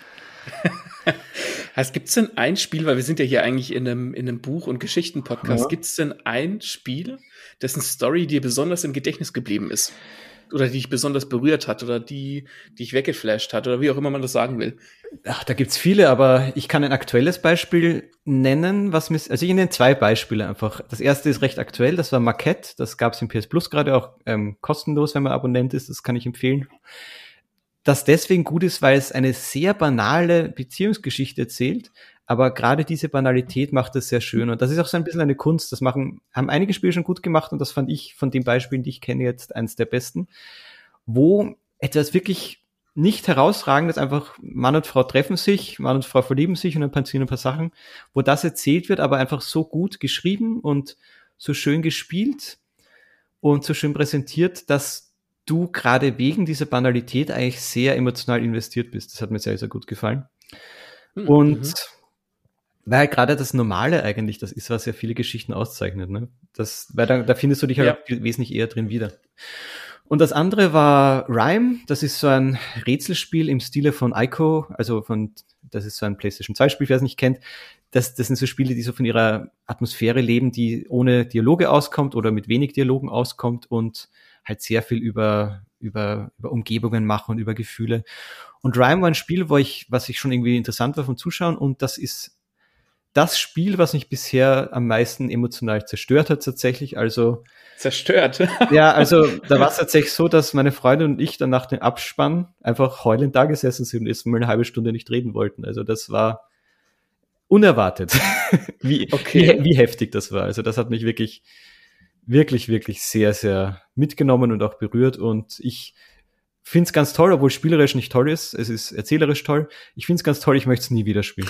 Gibt es denn ein Spiel, weil wir sind ja hier eigentlich in einem Buch- und Geschichten-Podcast, gibt es denn ein Spiel, dessen Story dir besonders im Gedächtnis geblieben ist? Oder die dich besonders berührt hat oder die dich weggeflasht hat oder wie auch immer man das sagen will? Ach, da gibt's viele, aber ich kann ein aktuelles Beispiel nennen, also ich nenne 2 Beispiele einfach. Das erste ist recht aktuell, das war Maquette, das gab's im PS Plus gerade auch kostenlos, wenn man Abonnent ist, das kann ich empfehlen. Das deswegen gut ist, weil es eine sehr banale Beziehungsgeschichte erzählt, aber gerade diese Banalität macht es sehr schön. Und das ist auch so ein bisschen eine Kunst. Das haben einige Spiele schon gut gemacht und das fand ich von den Beispielen, die ich kenne, jetzt eines der besten, wo etwas wirklich nicht herausragendes, einfach Mann und Frau treffen sich, Mann und Frau verlieben sich und dann passieren ein paar Sachen, wo das erzählt wird, aber einfach so gut geschrieben und so schön gespielt und so schön präsentiert, dass du gerade wegen dieser Banalität eigentlich sehr emotional investiert bist. Das hat mir sehr, sehr gut gefallen. Und weil gerade das Normale eigentlich das ist, was ja viele Geschichten auszeichnet. Ne? Weil da findest du dich halt wesentlich eher drin wieder. Und das andere war Rime. Das ist so ein Rätselspiel im Stile von Ico, das ist so ein PlayStation 2 Spiel, wer es nicht kennt. Das sind so Spiele, die so von ihrer Atmosphäre leben, die ohne Dialoge auskommt oder mit wenig Dialogen auskommt und halt sehr viel über Umgebungen machen und über Gefühle. Und Rime war ein Spiel, was ich schon irgendwie interessant war vom Zuschauen und das ist das Spiel, was mich bisher am meisten emotional zerstört hat tatsächlich. Also zerstört? Ja, also da war es tatsächlich so, dass meine Freundin und ich dann nach dem Abspann einfach heulend da gesessen sind und erst mal eine halbe Stunde nicht reden wollten. Also das war unerwartet, wie heftig das war. Also das hat mich wirklich, wirklich, wirklich sehr, sehr mitgenommen und auch berührt. Und ich finde es ganz toll, obwohl spielerisch nicht toll ist. Es ist erzählerisch toll. Ich finde es ganz toll, ich möchte es nie wieder spielen.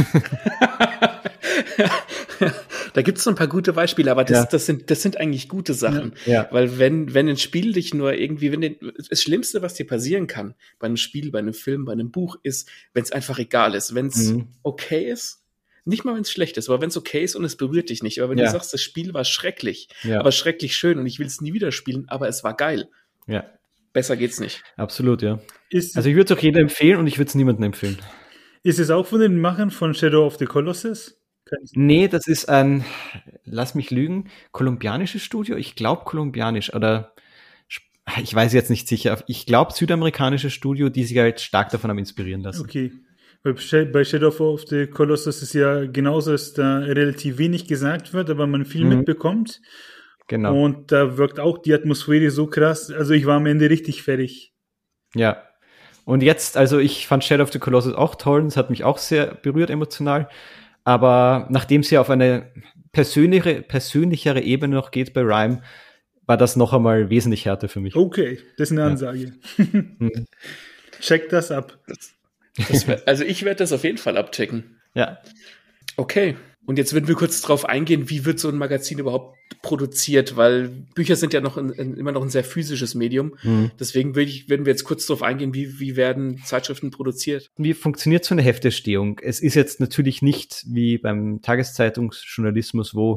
Da gibt es so ein paar gute Beispiele, aber das sind eigentlich gute Sachen. Ja. Weil wenn ein Spiel dich nur irgendwie, das Schlimmste, was dir passieren kann bei einem Spiel, bei einem Film, bei einem Buch, ist, wenn es einfach egal ist. Wenn es okay ist, nicht mal wenn es schlecht ist, aber wenn es okay ist und es berührt dich nicht. Aber wenn du sagst, das Spiel war schrecklich, aber schrecklich schön und ich will es nie wieder spielen, aber es war geil. Ja. Besser geht's nicht. Absolut, ja. Also ich würde es auch jedem empfehlen und ich würde es niemandem empfehlen. Ist es auch von den Machern von Shadow of the Colossus? Nee, das ist ein, lass mich lügen, kolumbianisches Studio? Ich glaube kolumbianisch oder ich weiß jetzt nicht sicher. Ich glaube südamerikanisches Studio, die sich halt stark davon haben inspirieren lassen. Okay. Bei Shadow of the Colossus ist ja genauso, dass da relativ wenig gesagt wird, aber man viel mitbekommt. Genau. Und da wirkt auch die Atmosphäre so krass. Also ich war am Ende richtig fertig. Ja. Und jetzt, also ich fand Shadow of the Colossus auch toll. Es hat mich auch sehr berührt emotional. Aber nachdem es ja auf eine persönlichere Ebene noch geht bei Rime, war das noch einmal wesentlich härter für mich. Okay, das ist eine Ansage. Check das ab. Also ich werde das auf jeden Fall abchecken. Ja. Okay. Und jetzt würden wir kurz drauf eingehen, wie wird so ein Magazin überhaupt produziert, weil Bücher sind ja noch immer noch ein sehr physisches Medium. Deswegen würden wir jetzt kurz drauf eingehen, wie werden Zeitschriften produziert? Wie funktioniert so eine Hefterstehung? Es ist jetzt natürlich nicht wie beim Tageszeitungsjournalismus, wo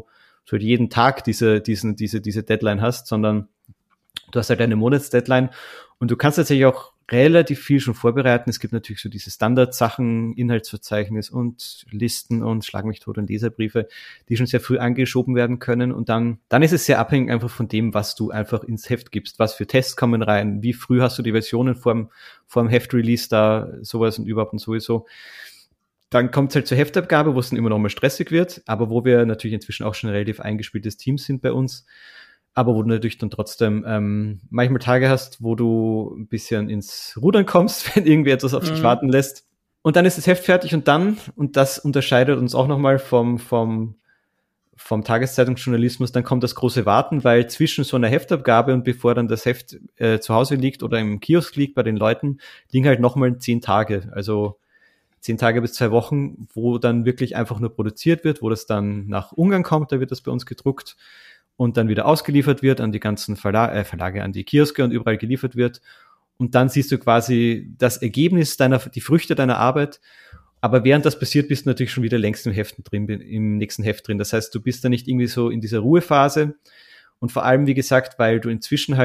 du halt jeden Tag diese Deadline hast, sondern du hast halt eine Monatsdeadline und du kannst tatsächlich auch relativ viel schon vorbereiten. Es gibt natürlich so diese Standardsachen, Inhaltsverzeichnis und Listen und Schlag mich tot und Leserbriefe, die schon sehr früh angeschoben werden können. Und dann ist es sehr abhängig einfach von dem, was du einfach ins Heft gibst. Was für Tests kommen rein? Wie früh hast du die Versionen vorm Heftrelease da? Sowas und überhaupt und sowieso. Dann kommt es halt zur Heftabgabe, wo es dann immer noch mal stressig wird, aber wo wir natürlich inzwischen auch schon ein relativ eingespieltes Team sind bei uns. Aber wo du natürlich dann trotzdem manchmal Tage hast, wo du ein bisschen ins Rudern kommst, wenn irgendwie etwas auf sich warten lässt. Und dann ist das Heft fertig und das unterscheidet uns auch nochmal vom Tageszeitungsjournalismus, dann kommt das große Warten, weil zwischen so einer Heftabgabe und bevor dann das Heft zu Hause liegt oder im Kiosk liegt bei den Leuten, liegen halt nochmal 10 Tage. Also 10 Tage bis 2 Wochen, wo dann wirklich einfach nur produziert wird, wo das dann nach Ungarn kommt, da wird das bei uns gedruckt und dann wieder ausgeliefert wird an die ganzen Verlage, an die Kioske und überall geliefert wird. Und dann siehst du quasi das Ergebnis die Früchte deiner Arbeit. Aber während das passiert, bist du natürlich schon wieder längst im nächsten Heft drin. Das heißt, du bist da nicht irgendwie so in dieser Ruhephase. Und vor allem, wie gesagt, weil wir inzwischen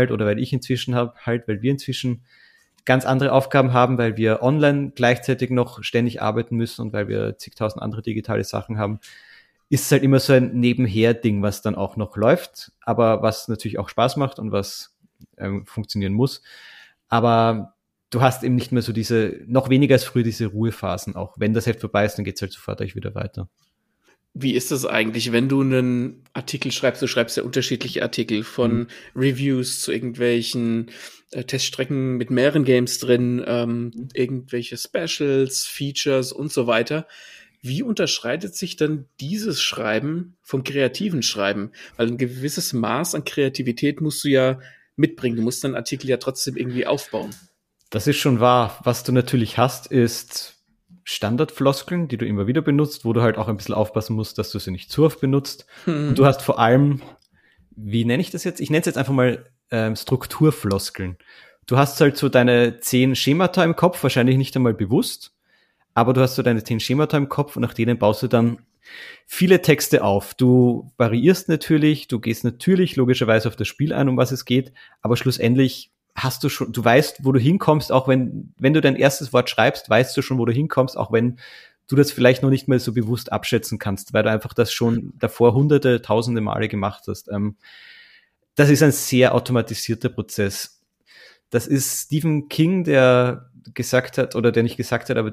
ganz andere Aufgaben haben, weil wir online gleichzeitig noch ständig arbeiten müssen und weil wir zigtausend andere digitale Sachen haben, ist es halt immer so ein Nebenher-Ding, was dann auch noch läuft, aber was natürlich auch Spaß macht und was funktionieren muss. Aber du hast eben nicht mehr so noch weniger als früher diese Ruhephasen. Auch wenn das Heft vorbei ist, dann geht's halt sofort gleich wieder weiter. Wie ist das eigentlich, wenn du einen Artikel schreibst? Du schreibst ja unterschiedliche Artikel von Reviews zu irgendwelchen Teststrecken mit mehreren Games drin, irgendwelche Specials, Features und so weiter. Wie unterscheidet sich dann dieses Schreiben vom kreativen Schreiben? Weil ein gewisses Maß an Kreativität musst du ja mitbringen. Du musst deinen Artikel ja trotzdem irgendwie aufbauen. Das ist schon wahr. Was du natürlich hast, ist Standardfloskeln, die du immer wieder benutzt, wo du halt auch ein bisschen aufpassen musst, dass du sie nicht zu oft benutzt. Und du hast vor allem, wie nenne ich das jetzt? Ich nenne es jetzt einfach mal Strukturfloskeln. Du hast halt so deine 10 Schemata im Kopf, wahrscheinlich nicht einmal bewusst, aber du hast so deine 10 Schemata im Kopf und nach denen baust du dann viele Texte auf. Du variierst natürlich, du gehst natürlich logischerweise auf das Spiel ein, um was es geht, aber schlussendlich du weißt, wo du hinkommst, auch wenn du dein erstes Wort schreibst, weißt du schon, wo du hinkommst, auch wenn du das vielleicht noch nicht mehr so bewusst abschätzen kannst, weil du einfach das schon davor hunderte, tausende Male gemacht hast. Das ist ein sehr automatisierter Prozess. Das ist Stephen King, der gesagt hat, oder der nicht gesagt hat, aber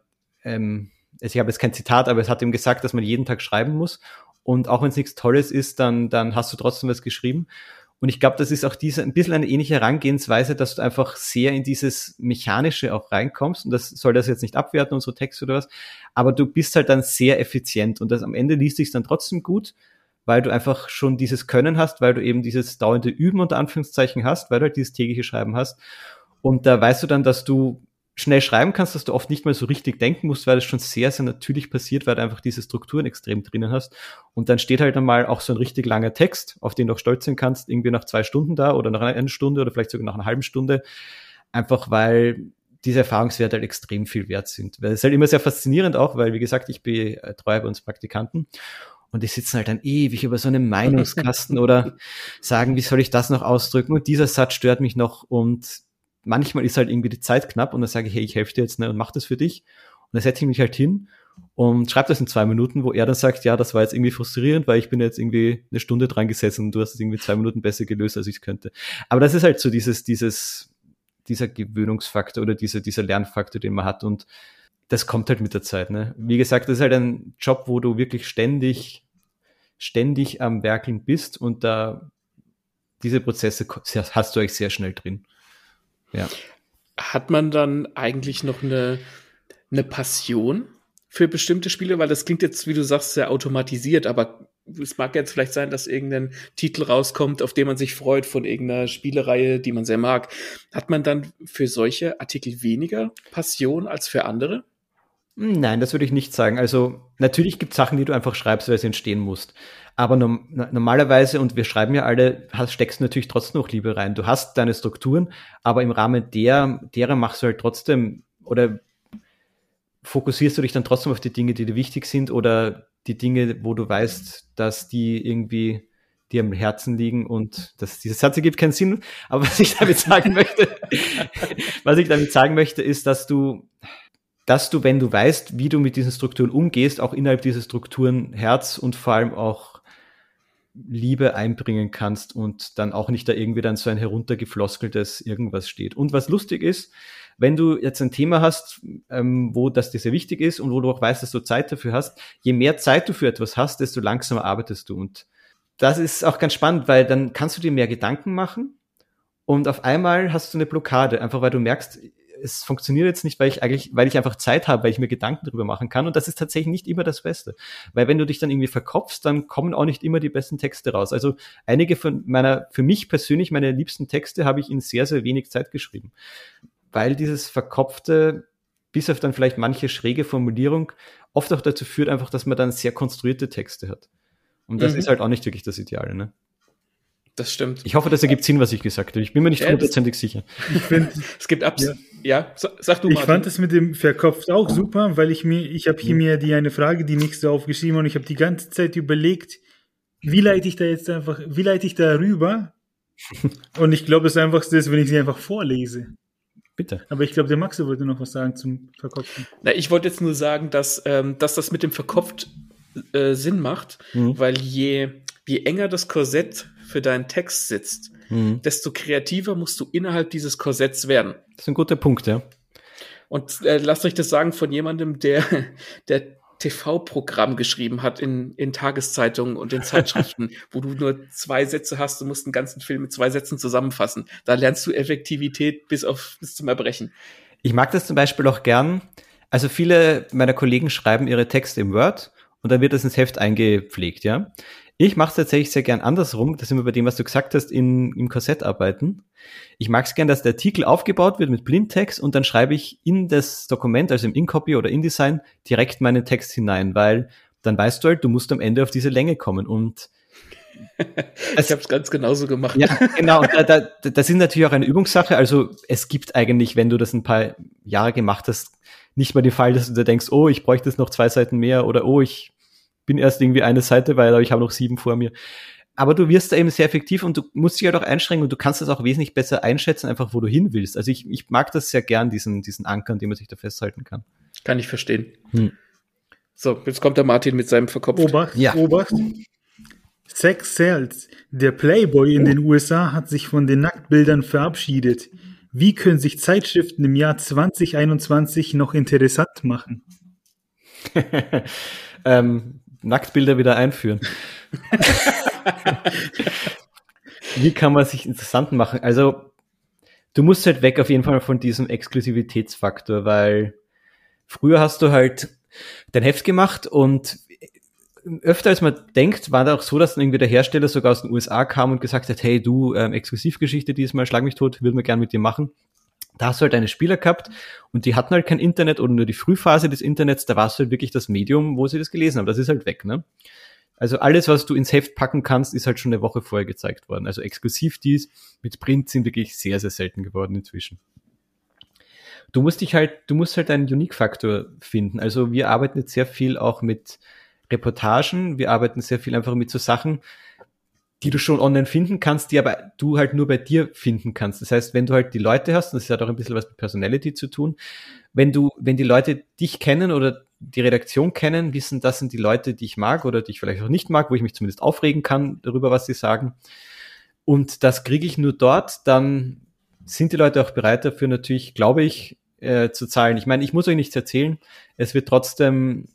ich habe jetzt kein Zitat, aber es hat ihm gesagt, dass man jeden Tag schreiben muss. Und auch wenn es nichts Tolles ist, dann hast du trotzdem was geschrieben. Und ich glaube, das ist auch ein bisschen eine ähnliche Herangehensweise, dass du einfach sehr in dieses Mechanische auch reinkommst. Und das soll das jetzt nicht abwerten, unsere Texte oder was. Aber du bist halt dann sehr effizient. Und am Ende liest sich's dann trotzdem gut, weil du einfach schon dieses Können hast, weil du eben dieses dauernde Üben unter Anführungszeichen hast, weil du halt dieses tägliche Schreiben hast. Und da weißt du dann, dass du schnell schreiben kannst, dass du oft nicht mehr so richtig denken musst, weil das schon sehr, sehr natürlich passiert, weil du einfach diese Strukturen extrem drinnen hast. Und dann steht halt einmal auch so ein richtig langer Text, auf den du auch stolz sein kannst, irgendwie nach 2 Stunden da oder nach einer Stunde oder vielleicht sogar nach einer halben Stunde. Einfach weil diese Erfahrungswerte halt extrem viel wert sind. Weil es ist halt immer sehr faszinierend auch, weil, wie gesagt, ich betreue bei uns Praktikanten und die sitzen halt dann ewig über so einem Meinungskasten oder sagen, wie soll ich das noch ausdrücken? Und dieser Satz stört mich noch und manchmal ist halt irgendwie die Zeit knapp und dann sage ich, hey, ich helfe dir jetzt und mach das für dich. Und dann setze ich mich halt hin und schreibe das in 2 Minuten, wo er dann sagt, ja, das war jetzt irgendwie frustrierend, weil ich bin jetzt irgendwie 1 Stunde dran gesessen und du hast es irgendwie 2 Minuten besser gelöst, als ich es könnte. Aber das ist halt so dieser Gewöhnungsfaktor oder dieser Lernfaktor, den man hat und das kommt halt mit der Zeit. Ne? Wie gesagt, das ist halt ein Job, wo du wirklich ständig am Werkeln bist und da diese Prozesse hast du eigentlich sehr schnell drin. Ja. Hat man dann eigentlich noch eine Passion für bestimmte Spiele? Weil das klingt jetzt, wie du sagst, sehr automatisiert, aber es mag jetzt vielleicht sein, dass irgendein Titel rauskommt, auf den man sich freut, von irgendeiner Spielereihe, die man sehr mag. Hat man dann für solche Artikel weniger Passion als für andere? Nein, das würde ich nicht sagen. Also natürlich gibt es Sachen, die du einfach schreibst, weil sie entstehen musst. Aber normalerweise, und wir schreiben ja alle, steckst du natürlich trotzdem noch Liebe rein. Du hast deine Strukturen, aber im Rahmen derer machst du halt trotzdem oder fokussierst du dich dann trotzdem auf die Dinge, die dir wichtig sind oder die Dinge, wo du weißt, dass die irgendwie dir am Herzen liegen und dieser Satz ergibt keinen Sinn, aber was ich damit sagen möchte, ist, dass du, wenn du weißt, wie du mit diesen Strukturen umgehst, auch innerhalb dieser Strukturen Herz und vor allem auch Liebe einbringen kannst und dann auch nicht da irgendwie dann so ein heruntergefloskeltes irgendwas steht. Und was lustig ist, wenn du jetzt ein Thema hast, wo das dir sehr wichtig ist und wo du auch weißt, dass du Zeit dafür hast, je mehr Zeit du für etwas hast, desto langsamer arbeitest du. Und das ist auch ganz spannend, weil dann kannst du dir mehr Gedanken machen und auf einmal hast du eine Blockade, einfach weil du merkst, es funktioniert jetzt nicht, weil ich einfach Zeit habe, weil ich mir Gedanken darüber machen kann. Und das ist tatsächlich nicht immer das Beste. Weil wenn du dich dann irgendwie verkopfst, dann kommen auch nicht immer die besten Texte raus. Also einige für mich persönlich, meine liebsten Texte habe ich in sehr, sehr wenig Zeit geschrieben. Weil dieses Verkopfte, bis auf dann vielleicht manche schräge Formulierung, oft auch dazu führt einfach, dass man dann sehr konstruierte Texte hat. Und das ist halt auch nicht wirklich das Ideale, ne? Das stimmt. Ich hoffe, das ergibt Sinn, was ich gesagt habe. Ich bin mir nicht hundertprozentig sicher. Ich finde, es gibt sag du mal. Ich fand es mit dem Verkopft auch super, weil ich habe hier mir eine Frage, die nächste aufgeschrieben und ich habe die ganze Zeit überlegt, wie leite ich da rüber? Und ich glaube, das Einfachste ist, wenn ich sie einfach vorlese. Bitte. Aber ich glaube, der Max wollte noch was sagen zum Verkopften. Na, ich wollte jetzt nur sagen, dass das mit dem Verkopft Sinn macht, weil je enger das Korsett für deinen Text sitzt, desto kreativer musst du innerhalb dieses Korsetts werden. Das ist ein guter Punkt, ja. Und lasst euch das sagen von jemandem, der TV-Programm geschrieben hat in Tageszeitungen und in Zeitschriften, wo du nur 2 Sätze hast, du musst einen ganzen Film mit 2 Sätzen zusammenfassen. Da lernst du Effektivität bis zum Erbrechen. Ich mag das zum Beispiel auch gern. Also viele meiner Kollegen schreiben ihre Texte im Word und dann wird das ins Heft eingepflegt, ja. Ich mache es tatsächlich sehr gern andersrum, das sind wir bei dem, was du gesagt hast, im Korsett arbeiten. Ich mag es gern, dass der Artikel aufgebaut wird mit Blindtext und dann schreibe ich in das Dokument, also im InCopy oder InDesign, direkt meinen Text hinein, weil dann weißt du halt, du musst am Ende auf diese Länge kommen und ich habe es ganz genauso gemacht. Ja, genau. Das ist natürlich auch eine Übungssache. Also es gibt eigentlich, wenn du das ein paar Jahre gemacht hast, nicht mal den Fall, dass du da denkst, oh, ich bräuchte jetzt noch 2 Seiten mehr oder oh, ich bin erst irgendwie eine Seite weiter, aber ich habe noch 7 vor mir. Aber du wirst da eben sehr effektiv und du musst dich halt auch einschränken und du kannst das auch wesentlich besser einschätzen, einfach wo du hin willst. Also ich mag das sehr gern, diesen Anker, an dem man sich da festhalten kann. Kann ich verstehen. So, jetzt kommt der Martin mit seinem Verkopft. Obacht. Sex sells. Der Playboy in den USA hat sich von den Nacktbildern verabschiedet. Wie können sich Zeitschriften im Jahr 2021 noch interessant machen? Nacktbilder wieder einführen. Wie kann man sich interessant machen? Also, du musst halt weg auf jeden Fall von diesem Exklusivitätsfaktor, weil früher hast du halt dein Heft gemacht und öfter als man denkt, war da auch so, dass dann irgendwie der Hersteller sogar aus den USA kam und gesagt hat, hey du, Exklusivgeschichte diesmal, schlag mich tot, würden wir gern mit dir machen. Da hast du halt eine Spieler gehabt und die hatten halt kein Internet oder nur die Frühphase des Internets, da warst du halt wirklich das Medium, wo sie das gelesen haben. Das ist halt weg, ne? Also alles, was du ins Heft packen kannst, ist halt schon eine Woche vorher gezeigt worden. Also exklusiv dies mit Print sind wirklich sehr, sehr selten geworden inzwischen. Du musst halt einen Unique-Faktor finden. Also wir arbeiten jetzt sehr viel auch mit Reportagen, wir arbeiten sehr viel einfach mit so Sachen, die du schon online finden kannst, die aber du halt nur bei dir finden kannst. Das heißt, wenn du halt die Leute hast, und das hat auch ein bisschen was mit Personality zu tun, wenn die Leute dich kennen oder die Redaktion kennen, wissen, das sind die Leute, die ich mag oder die ich vielleicht auch nicht mag, wo ich mich zumindest aufregen kann darüber, was sie sagen. Und das kriege ich nur dort, dann sind die Leute auch bereit dafür natürlich, glaube ich, zu zahlen. Ich meine, ich muss euch nichts erzählen. Es gibt trotzdem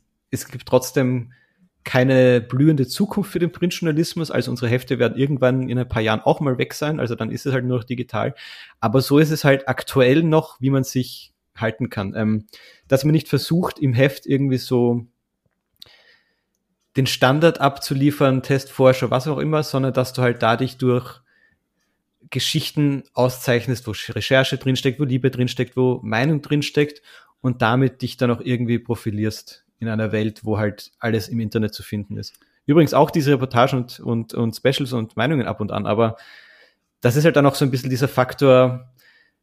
keine blühende Zukunft für den Printjournalismus. Also unsere Hefte werden irgendwann in ein paar Jahren auch mal weg sein. Also dann ist es halt nur noch digital. Aber so ist es halt aktuell noch, wie man sich halten kann. Dass man nicht versucht, im Heft irgendwie so den Standard abzuliefern, Testforscher, was auch immer, sondern dass du halt dadurch durch Geschichten auszeichnest, wo Recherche drinsteckt, wo Liebe drinsteckt, wo Meinung drinsteckt und damit dich dann auch irgendwie profilierst in einer Welt, wo halt alles im Internet zu finden ist. Übrigens auch diese Reportagen und Specials und Meinungen ab und an, aber das ist halt dann auch so ein bisschen dieser Faktor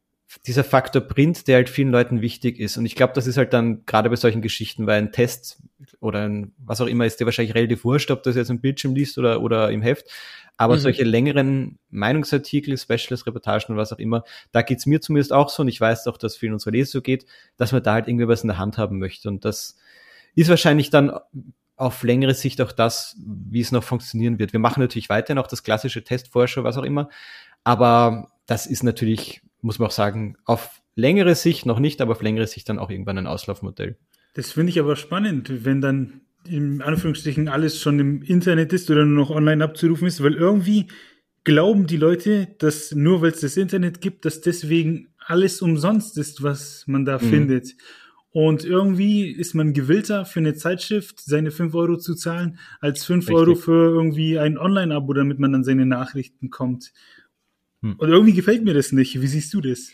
Print, der halt vielen Leuten wichtig ist. Und ich glaube, das ist halt dann gerade bei solchen Geschichten, weil ein Test was auch immer, ist dir wahrscheinlich relativ wurscht, ob du das jetzt im Bildschirm liest oder im Heft. Aber solche längeren Meinungsartikel, Specials, Reportagen und was auch immer, da geht's mir zumindest auch so, und ich weiß auch, dass vielen unserer Leser so geht, dass man da halt irgendwie was in der Hand haben möchte. Und das ist wahrscheinlich dann auf längere Sicht auch das, wie es noch funktionieren wird. Wir machen natürlich weiterhin auch das klassische Testvorschau, was auch immer, aber das ist natürlich, muss man auch sagen, auf längere Sicht noch nicht, aber auf längere Sicht dann auch irgendwann ein Auslaufmodell. Das finde ich aber spannend, wenn dann in Anführungsstrichen alles schon im Internet ist oder nur noch online abzurufen ist, weil irgendwie glauben die Leute, dass nur weil es das Internet gibt, dass deswegen alles umsonst ist, was man da findet. Und irgendwie ist man gewillter, für eine Zeitschrift seine 5 Euro zu zahlen, als 5 Euro für irgendwie ein Online-Abo, damit man an seine Nachrichten kommt. Und irgendwie gefällt mir das nicht. Wie siehst du das?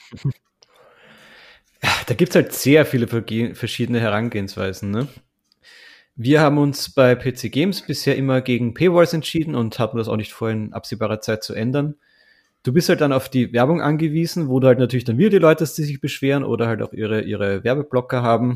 Da gibt's halt sehr viele verschiedene Herangehensweisen, ne? Wir haben uns bei PC Games bisher immer gegen Paywalls entschieden und hatten das auch nicht vor, in absehbarer Zeit zu ändern. Du bist halt dann auf die Werbung angewiesen, wo du halt natürlich dann wieder die Leute hast, die sich beschweren oder halt auch ihre Werbeblocker haben.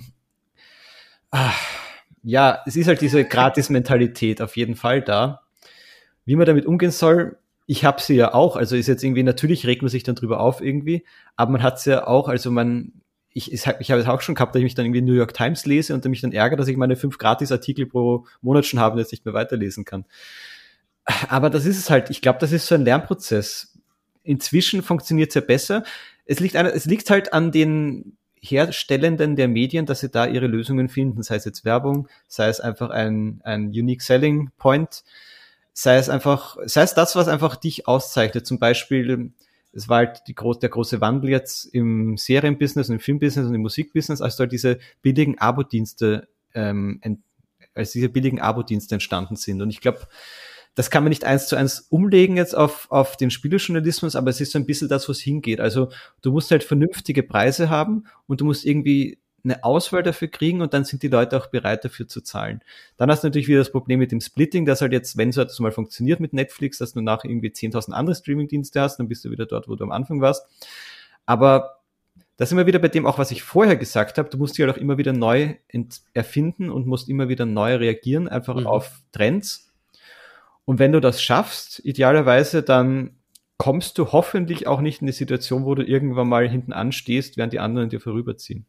Ja, es ist halt diese Gratis-Mentalität auf jeden Fall da. Wie man damit umgehen soll, ich habe sie ja auch, also ist jetzt irgendwie, natürlich regt man sich dann drüber auf irgendwie, aber man hat sie ja auch, also ich habe es auch schon gehabt, dass ich mich dann irgendwie New York Times lese und mich dann ärgere, dass ich meine 5 Gratis-Artikel pro Monat schon habe und jetzt nicht mehr weiterlesen kann. Aber das ist es halt, ich glaube, das ist so ein Lernprozess. Inzwischen funktioniert es ja besser. Es liegt halt an den Herstellenden der Medien, dass sie da ihre Lösungen finden, sei es jetzt Werbung, sei es einfach ein Unique Selling Point, sei es das, was einfach dich auszeichnet. Zum Beispiel, es war halt der große Wandel jetzt im Serienbusiness und im Filmbusiness und im Musikbusiness, als da diese billigen Abo-Dienste entstanden sind. Und ich glaube, das kann man nicht 1:1 umlegen jetzt auf den Spielejournalismus, aber es ist so ein bisschen das, wo es hingeht. Also du musst halt vernünftige Preise haben und du musst irgendwie eine Auswahl dafür kriegen und dann sind die Leute auch bereit dafür zu zahlen. Dann hast du natürlich wieder das Problem mit dem Splitting, dass halt jetzt, wenn es halt so mal funktioniert mit Netflix, dass du nach irgendwie 10.000 andere Streamingdienste hast, dann bist du wieder dort, wo du am Anfang warst. Aber da sind wir wieder bei dem auch, was ich vorher gesagt habe, du musst dich halt auch immer wieder neu erfinden und musst immer wieder neu reagieren, einfach auf Trends. Und wenn du das schaffst, idealerweise, dann kommst du hoffentlich auch nicht in die Situation, wo du irgendwann mal hinten anstehst, während die anderen dir vorüberziehen.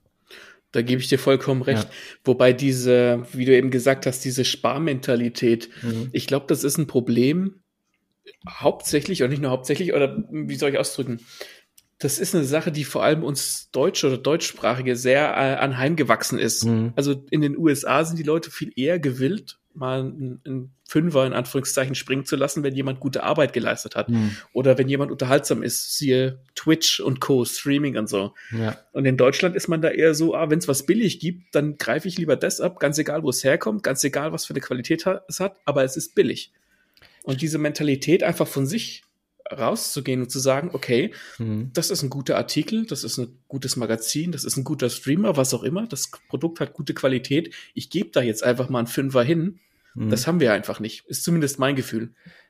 Da gebe ich dir vollkommen recht. Ja. Wobei wie du eben gesagt hast, diese Sparmentalität, ich glaube, das ist ein Problem, hauptsächlich, oder nicht nur hauptsächlich, oder wie soll ich ausdrücken? Das ist eine Sache, die vor allem uns Deutsche oder Deutschsprachige sehr anheimgewachsen ist. Also in den USA sind die Leute viel eher gewillt, mal einen Fünfer in Anführungszeichen springen zu lassen, wenn jemand gute Arbeit geleistet hat. Oder wenn jemand unterhaltsam ist, siehe Twitch und Co., Streaming und so. Ja. Und in Deutschland ist man da eher so, wenn es was billig gibt, dann greife ich lieber das ab, ganz egal, wo es herkommt, ganz egal, was für eine Qualität es hat, aber es ist billig. Und diese Mentalität einfach von sich rauszugehen und zu sagen, okay, das ist ein guter Artikel, das ist ein gutes Magazin, das ist ein guter Streamer, was auch immer, das Produkt hat gute Qualität, ich gebe da jetzt einfach mal einen Fünfer hin, das haben wir einfach nicht, ist zumindest mein Gefühl.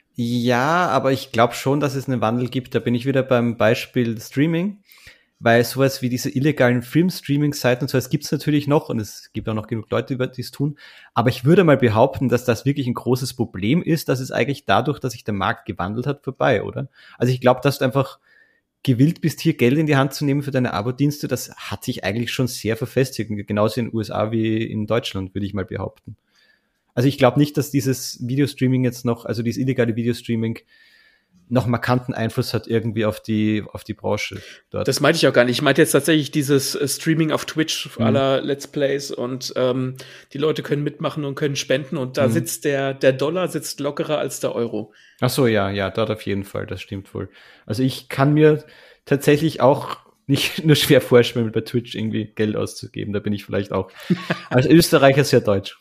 Ja, aber ich glaube schon, dass es einen Wandel gibt, da bin ich wieder beim Beispiel Streaming, weil sowas wie diese illegalen Film-Streaming-Seiten und sowas gibt's natürlich noch und es gibt auch noch genug Leute, die es tun, aber ich würde mal behaupten, dass das wirklich ein großes Problem ist, dass es eigentlich dadurch, dass sich der Markt gewandelt hat, vorbei, oder? Also ich glaube, dass du einfach gewillt bist, hier Geld in die Hand zu nehmen für deine Abo-Dienste, das hat sich eigentlich schon sehr verfestigt, genauso in den USA wie in Deutschland, würde ich mal behaupten. Also ich glaube nicht, dass dieses Videostreaming jetzt noch, also dieses illegale Videostreaming noch markanten Einfluss hat irgendwie auf die Branche dort. Das meinte ich auch gar nicht. Ich meinte jetzt tatsächlich dieses Streaming auf Twitch aller Let's Plays und die Leute können mitmachen und können spenden und da sitzt der Dollar sitzt lockerer als der Euro. Ach so, ja, dort auf jeden Fall, das stimmt wohl. Also ich kann mir tatsächlich auch nicht nur schwer vorstellen, bei Twitch irgendwie Geld auszugeben. Da bin ich vielleicht auch als Österreicher sehr deutsch.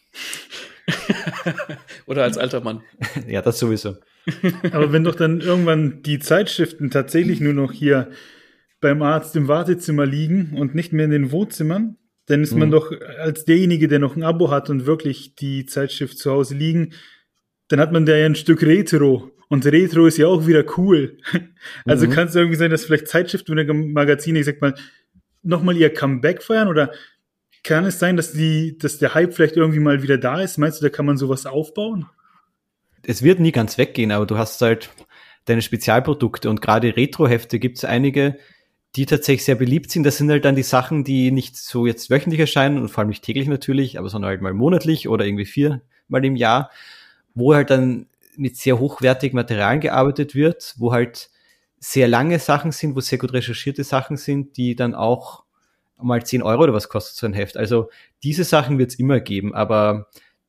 Oder als alter Mann. Ja, das sowieso. Aber wenn doch dann irgendwann die Zeitschriften tatsächlich nur noch hier beim Arzt im Wartezimmer liegen und nicht mehr in den Wohnzimmern, dann ist man doch als derjenige, der noch ein Abo hat und wirklich die Zeitschrift zu Hause liegen, dann hat man da ja ein Stück Retro. Und Retro ist ja auch wieder cool. Also kann es irgendwie sein, dass vielleicht Zeitschriften oder Magazine, ich sag mal, nochmal ihr Comeback feiern oder Kann es sein, dass der Hype vielleicht irgendwie mal wieder da ist? Meinst du, da kann man sowas aufbauen? Es wird nie ganz weggehen, aber du hast halt deine Spezialprodukte und gerade Retro-Hefte gibt es einige, die tatsächlich sehr beliebt sind. Das sind halt dann die Sachen, die nicht so jetzt wöchentlich erscheinen und vor allem nicht täglich natürlich, aber sondern halt mal monatlich oder irgendwie 4-mal im Jahr, wo halt dann mit sehr hochwertigen Materialien gearbeitet wird, wo halt sehr lange Sachen sind, wo sehr gut recherchierte Sachen sind, die dann auch mal 10 Euro oder was kostet so ein Heft. Also diese Sachen wird es immer geben, aber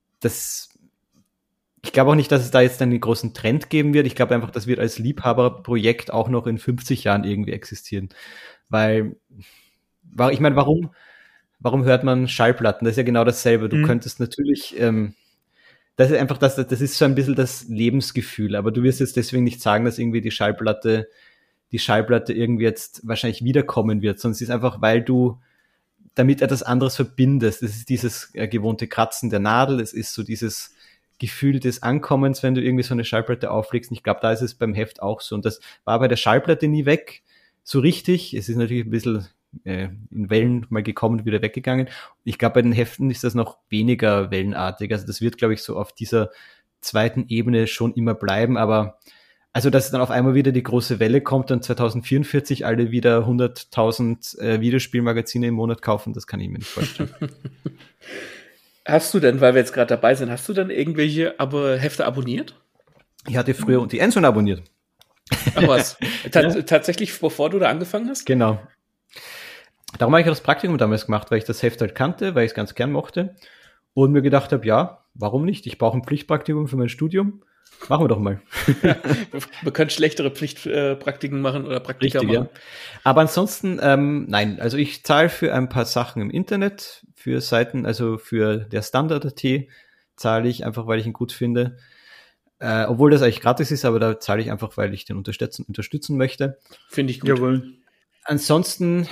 ich glaube auch nicht, dass es da jetzt einen großen Trend geben wird. Ich glaube einfach, das wird als Liebhaberprojekt auch noch in 50 Jahren irgendwie existieren. Weil ich meine, warum hört man Schallplatten? Das ist ja genau dasselbe. Du könntest natürlich, das ist einfach das ist so ein bisschen das Lebensgefühl, aber du wirst jetzt deswegen nicht sagen, dass irgendwie die Schallplatte irgendwie jetzt wahrscheinlich wiederkommen wird, sondern es ist einfach, weil du damit etwas anderes verbindest. Es ist dieses gewohnte Kratzen der Nadel, es ist so dieses Gefühl des Ankommens, wenn du irgendwie so eine Schallplatte auflegst. Und ich glaube, da ist es beim Heft auch so. Und das war bei der Schallplatte nie weg, so richtig. Es ist natürlich ein bisschen in Wellen mal gekommen und wieder weggegangen. Ich glaube, bei den Heften ist das noch weniger wellenartig. Also das wird, glaube ich, so auf dieser zweiten Ebene schon immer bleiben. Aber also, dass dann auf einmal wieder die große Welle kommt und 2044 alle wieder 100.000 Videospielmagazine im Monat kaufen, das kann ich mir nicht vorstellen. Hast du denn, weil wir jetzt gerade dabei sind, hast du dann irgendwelche Hefte abonniert? Ich hatte früher die Endzone abonniert. Ach was? Tatsächlich, bevor du da angefangen hast? Genau. Darum habe ich das Praktikum damals gemacht, weil ich das Heft halt kannte, weil ich es ganz gern mochte und mir gedacht habe, ja, warum nicht? Ich brauche ein Pflichtpraktikum für mein Studium. Machen wir doch mal. Ja, wir können schlechtere Pflichtpraktiken machen oder Praktika Richtig, machen. Ja. Aber ansonsten, nein. Also ich zahle für ein paar Sachen im Internet, für Seiten, also für der Standard.at zahle ich einfach, weil ich ihn gut finde. Obwohl das eigentlich gratis ist, aber da zahle ich einfach, weil ich den unterstützen möchte. Finde ich gut. Jawohl. Ansonsten,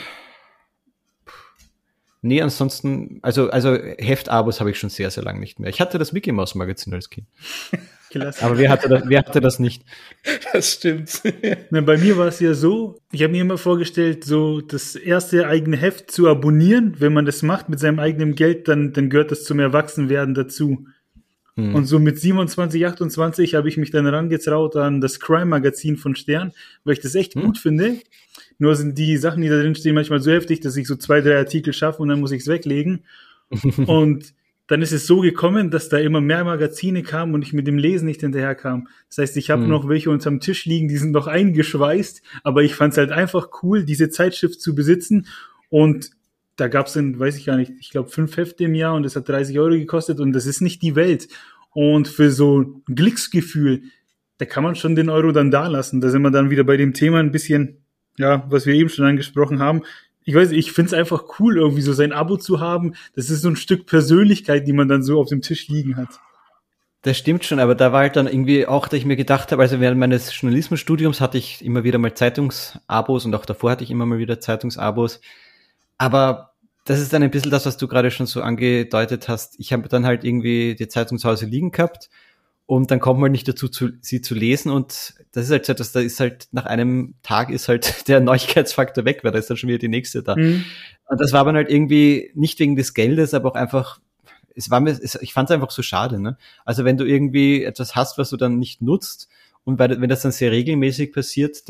also Heftabos habe ich schon sehr, sehr lange nicht mehr. Ich hatte das Mickey Mouse Magazin als Kind. Klasse. Aber wer hatte das nicht? Das stimmt. Na, bei mir war es ja so, ich habe mir immer vorgestellt, so das erste eigene Heft zu abonnieren. Wenn man das macht mit seinem eigenen Geld, dann gehört das zum Erwachsenwerden dazu. Und so mit 27, 28 habe ich mich dann rangetraut an das Crime-Magazin von Stern, weil ich das echt gut finde. Nur sind die Sachen, die da drin stehen, manchmal so heftig, dass ich so 2, 3 Artikel schaffe und dann muss ich es weglegen. Und dann ist es so gekommen, dass da immer mehr Magazine kamen und ich mit dem Lesen nicht hinterherkam. Das heißt, ich habe noch welche unterm Tisch liegen, die sind noch eingeschweißt, aber ich fand es halt einfach cool, diese Zeitschrift zu besitzen. Und da gab es dann, weiß ich gar nicht, ich glaube 5 Hefte im Jahr und das hat 30 Euro gekostet und das ist nicht die Welt. Und für so ein Glücksgefühl, da kann man schon den Euro dann da lassen. Da sind wir dann wieder bei dem Thema ein bisschen, ja, was wir eben schon angesprochen haben. Ich weiß, ich find's einfach cool, irgendwie so sein Abo zu haben. Das ist so ein Stück Persönlichkeit, die man dann so auf dem Tisch liegen hat. Das stimmt schon, aber da war halt dann irgendwie auch, dass ich mir gedacht habe, also während meines Journalismusstudiums hatte ich immer wieder mal Zeitungsabos und auch davor hatte ich immer mal wieder Zeitungsabos. Aber das ist dann ein bisschen das, was du gerade schon so angedeutet hast. Ich habe dann halt irgendwie die Zeitung zu Hause liegen gehabt und dann kommt man nicht dazu, sie zu lesen und das ist halt so, da ist halt nach einem Tag ist halt der Neuigkeitsfaktor weg, weil da ist dann schon wieder die nächste da. Und das war dann halt irgendwie nicht wegen des Geldes, aber auch einfach, ich fand es einfach so schade, ne? Also wenn du irgendwie etwas hast, was du dann nicht nutzt und wenn das dann sehr regelmäßig passiert,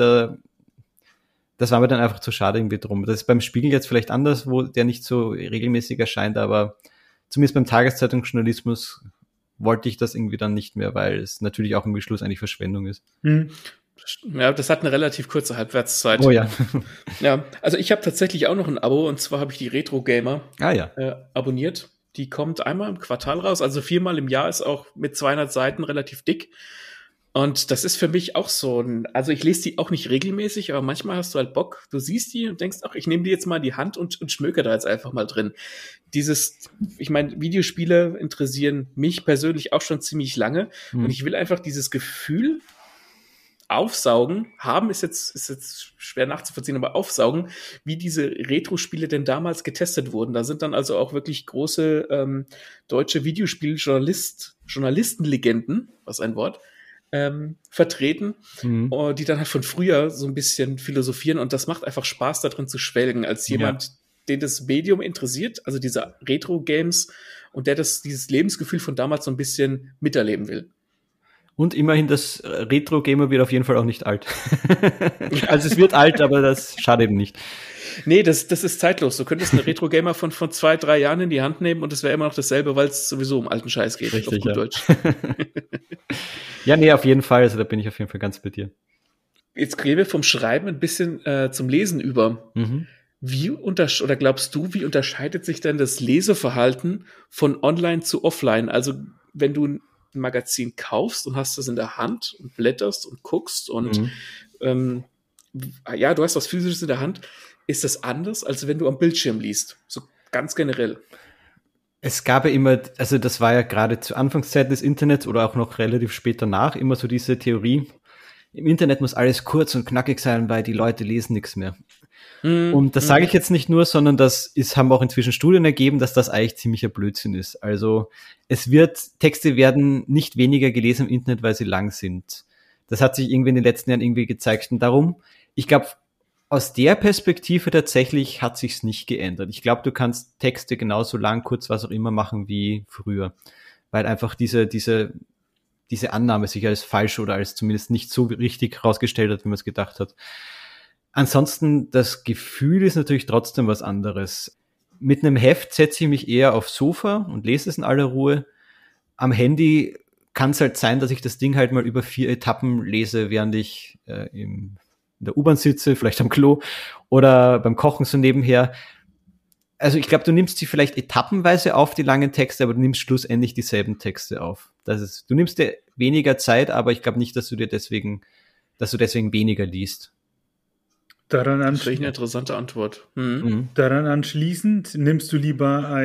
das war mir dann einfach zu schade irgendwie drum. Das ist beim Spiegel jetzt vielleicht anders, wo der nicht so regelmäßig erscheint, aber zumindest beim Tageszeitungsjournalismus wollte ich das irgendwie dann nicht mehr, weil es natürlich auch im Schluss eigentlich Verschwendung ist. Ja, das hat eine relativ kurze Halbwertszeit. Oh ja. Ja, also ich habe tatsächlich auch noch ein Abo und zwar habe ich die Retro Gamer abonniert. Die kommt einmal im Quartal raus, also 4-mal im Jahr, ist auch mit 200 Seiten relativ dick. Und das ist für mich auch so also ich lese die auch nicht regelmäßig, aber manchmal hast du halt Bock, du siehst die und denkst, ach, ich nehme die jetzt mal in die Hand und schmöke da jetzt einfach mal drin. Ich meine, Videospiele interessieren mich persönlich auch schon ziemlich lange und ich will einfach dieses Gefühl aufsaugen, ist jetzt schwer nachzuvollziehen, aber aufsaugen, wie diese Retro-Spiele denn damals getestet wurden. Da sind dann also auch wirklich große deutsche Journalistenlegenden, was ein Wort, vertreten, die dann halt von früher so ein bisschen philosophieren und das macht einfach Spaß, da drin zu schwelgen, als jemand, den das Medium interessiert, also diese Retro-Games, und der dieses Lebensgefühl von damals so ein bisschen miterleben will. Und immerhin, das Retro-Gamer wird auf jeden Fall auch nicht alt. Also es wird alt, aber das schadet eben nicht. Nee, das ist zeitlos. Du könntest einen Retro-Gamer von 2-3 Jahren in die Hand nehmen und es wäre immer noch dasselbe, weil es sowieso um alten Scheiß geht. Richtig, auf gut Deutsch. Ja, nee, auf jeden Fall. Also da bin ich auf jeden Fall ganz bei dir. Jetzt gehen wir vom Schreiben ein bisschen zum Lesen über. Mhm. Oder glaubst du, wie unterscheidet sich denn das Leseverhalten von online zu offline? Also wenn du ein Magazin kaufst und hast das in der Hand und blätterst und guckst und du hast was Physisches in der Hand, ist das anders, als wenn du am Bildschirm liest? So ganz generell. Es gab ja immer, also das war ja gerade zu Anfangszeiten des Internets oder auch noch relativ spät danach immer so diese Theorie, im Internet muss alles kurz und knackig sein, weil die Leute lesen nichts mehr. Und das sage ich jetzt nicht nur, sondern haben auch inzwischen Studien ergeben, dass das eigentlich ziemlicher Blödsinn ist. Also Texte werden nicht weniger gelesen im Internet, weil sie lang sind. Das hat sich irgendwie in den letzten Jahren irgendwie gezeigt. Und darum, ich glaube, aus der Perspektive tatsächlich hat sich's nicht geändert. Ich glaube, du kannst Texte genauso lang, kurz, was auch immer machen wie früher. Weil einfach diese Annahme sich als falsch oder als zumindest nicht so richtig herausgestellt hat, wie man es gedacht hat. Ansonsten, das Gefühl ist natürlich trotzdem was anderes. Mit einem Heft setze ich mich eher aufs Sofa und lese es in aller Ruhe. Am Handy kann es halt sein, dass ich das Ding halt mal über 4 Etappen lese, während ich in der U-Bahn sitze, vielleicht am Klo oder beim Kochen so nebenher. Also ich glaube, du nimmst sie vielleicht etappenweise auf, die langen Texte, aber du nimmst schlussendlich dieselben Texte auf. Du nimmst dir weniger Zeit, aber ich glaube nicht, dass du deswegen weniger liest. Das ist eine interessante Antwort. Daran anschließend, nimmst du lieber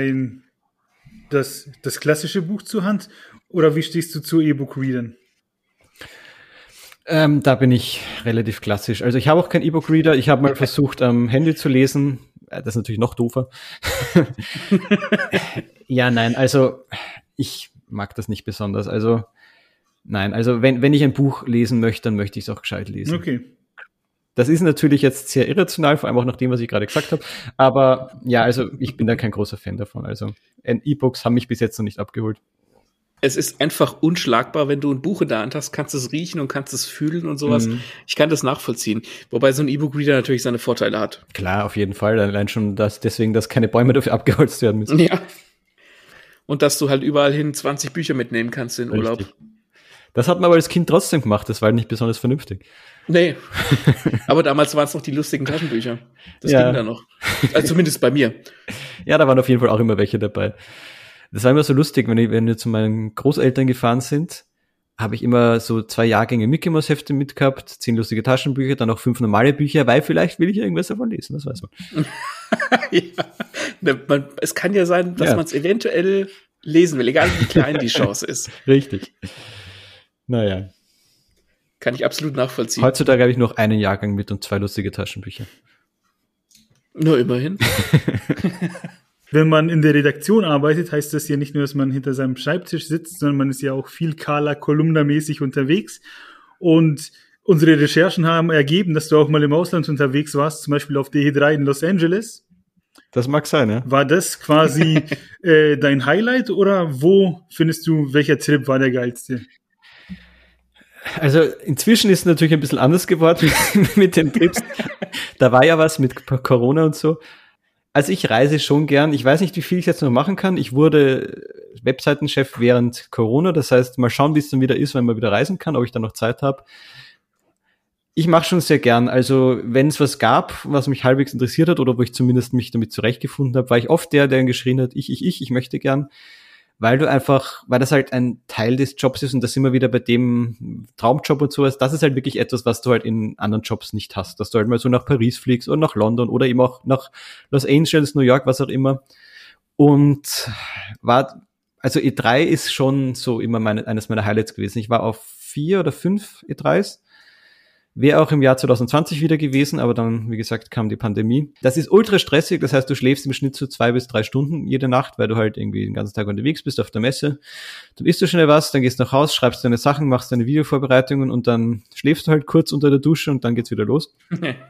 das klassische Buch zur Hand oder wie stehst du zu E-Book-Readern? Da bin ich relativ klassisch. Also ich habe auch keinen E-Book-Reader. Ich habe mal versucht, am Handy zu lesen. Das ist natürlich noch doofer. Ja, nein, also ich mag das nicht besonders. Also nein, also wenn ich ein Buch lesen möchte, dann möchte ich es auch gescheit lesen. Okay. Das ist natürlich jetzt sehr irrational, vor allem auch nach dem, was ich gerade gesagt habe. Aber ja, also ich bin da kein großer Fan davon. Also E-Books haben mich bis jetzt noch nicht abgeholt. Es ist einfach unschlagbar, wenn du ein Buch in der Hand hast, kannst es riechen und kannst es fühlen und sowas. Ich kann das nachvollziehen. Wobei so ein E-Book-Reader natürlich seine Vorteile hat. Klar, auf jeden Fall. Allein schon deswegen, dass keine Bäume dafür abgeholzt werden müssen. Ja. Und dass du halt überall hin 20 Bücher mitnehmen kannst in Urlaub. Richtig. Das hat man aber als Kind trotzdem gemacht. Das war halt nicht besonders vernünftig. Nee. Aber damals waren es noch die lustigen Taschenbücher. Das ging da noch. Also zumindest bei mir. Ja, da waren auf jeden Fall auch immer welche dabei. Das war immer so lustig, wenn wir zu meinen Großeltern gefahren sind, habe ich immer so 2 Jahrgänge Mickey Mouse Hefte mitgehabt, 10 lustige Taschenbücher, dann noch 5 normale Bücher, weil vielleicht will ich irgendwas davon lesen, das weiß man. Ja, es kann ja sein, dass man es eventuell lesen will, egal wie klein die Chance ist. Richtig. Naja. Kann ich absolut nachvollziehen. Heutzutage habe ich noch einen Jahrgang mit und 2 lustige Taschenbücher. Nur immerhin. Wenn man in der Redaktion arbeitet, heißt das ja nicht nur, dass man hinter seinem Schreibtisch sitzt, sondern man ist ja auch viel kahler, kolumnamäßig unterwegs. Und unsere Recherchen haben ergeben, dass du auch mal im Ausland unterwegs warst, zum Beispiel auf der E3 in Los Angeles. Das mag sein, ja. War das quasi dein Highlight oder wo findest du, welcher Trip war der geilste? Also inzwischen ist es natürlich ein bisschen anders geworden mit den Trips. Da war ja was mit Corona und so. Also ich reise schon gern. Ich weiß nicht, wie viel ich jetzt noch machen kann. Ich wurde Webseitenchef während Corona. Das heißt, mal schauen, wie es dann wieder ist, wenn man wieder reisen kann, ob ich dann noch Zeit habe. Ich mache schon sehr gern. Also wenn es was gab, was mich halbwegs interessiert hat oder wo ich zumindest mich damit zurechtgefunden habe, war ich oft der geschrien hat, ich möchte gern. Weil das halt ein Teil des Jobs ist und das immer wieder bei dem Traumjob und sowas, das ist halt wirklich etwas, was du halt in anderen Jobs nicht hast, dass du halt mal so nach Paris fliegst oder nach London oder eben auch nach Los Angeles, New York, was auch immer. Und also E3 ist schon so immer eines meiner Highlights gewesen. Ich war auf 4 oder 5 E3s. Wäre auch im Jahr 2020 wieder gewesen, aber dann, wie gesagt, kam die Pandemie. Das ist ultra stressig, das heißt, du schläfst im Schnitt so 2 bis 3 Stunden jede Nacht, weil du halt irgendwie den ganzen Tag unterwegs bist auf der Messe. Dann isst du schnell was, dann gehst du nach Hause, schreibst deine Sachen, machst deine Videovorbereitungen und dann schläfst du halt kurz unter der Dusche und dann geht's wieder los.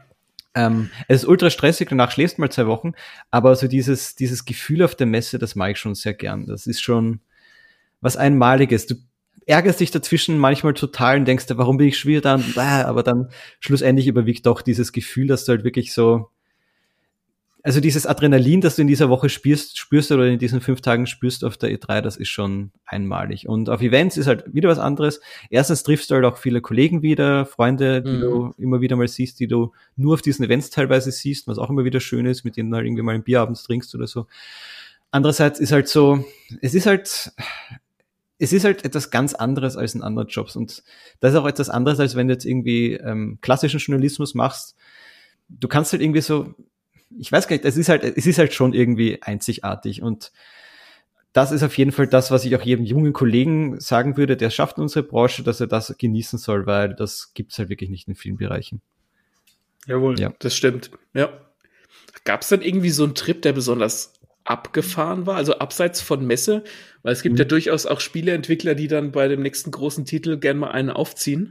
Es ist ultra stressig, danach schläfst du mal 2 Wochen, aber so dieses Gefühl auf der Messe, das mag ich schon sehr gern. Das ist schon was Einmaliges. Du ärgerst dich dazwischen manchmal total und denkst dir, warum bin ich schon wieder da? Und, aber dann schlussendlich überwiegt doch dieses Gefühl, dass du halt wirklich so, also dieses Adrenalin, das du in dieser Woche spürst oder in diesen 5 Tagen spürst auf der E3, das ist schon einmalig. Und auf Events ist halt wieder was anderes. Erstens triffst du halt auch viele Kollegen wieder, Freunde, die du immer wieder mal siehst, die du nur auf diesen Events teilweise siehst, was auch immer wieder schön ist, mit denen du halt irgendwie mal ein Bier abends trinkst oder so. Andererseits ist halt so, es ist halt etwas ganz anderes als in anderen Jobs. Und das ist auch etwas anderes, als wenn du jetzt irgendwie klassischen Journalismus machst. Du kannst halt irgendwie so, ich weiß gar nicht, es ist halt schon irgendwie einzigartig. Und das ist auf jeden Fall das, was ich auch jedem jungen Kollegen sagen würde, der schafft in unsere Branche, dass er das genießen soll, weil das gibt's halt wirklich nicht in vielen Bereichen. Jawohl, ja. Das stimmt. Ja. Gab es dann irgendwie so einen Trip, der besonders abgefahren war, also abseits von Messe? Weil es gibt ja durchaus auch Spieleentwickler, die dann bei dem nächsten großen Titel gern mal einen aufziehen.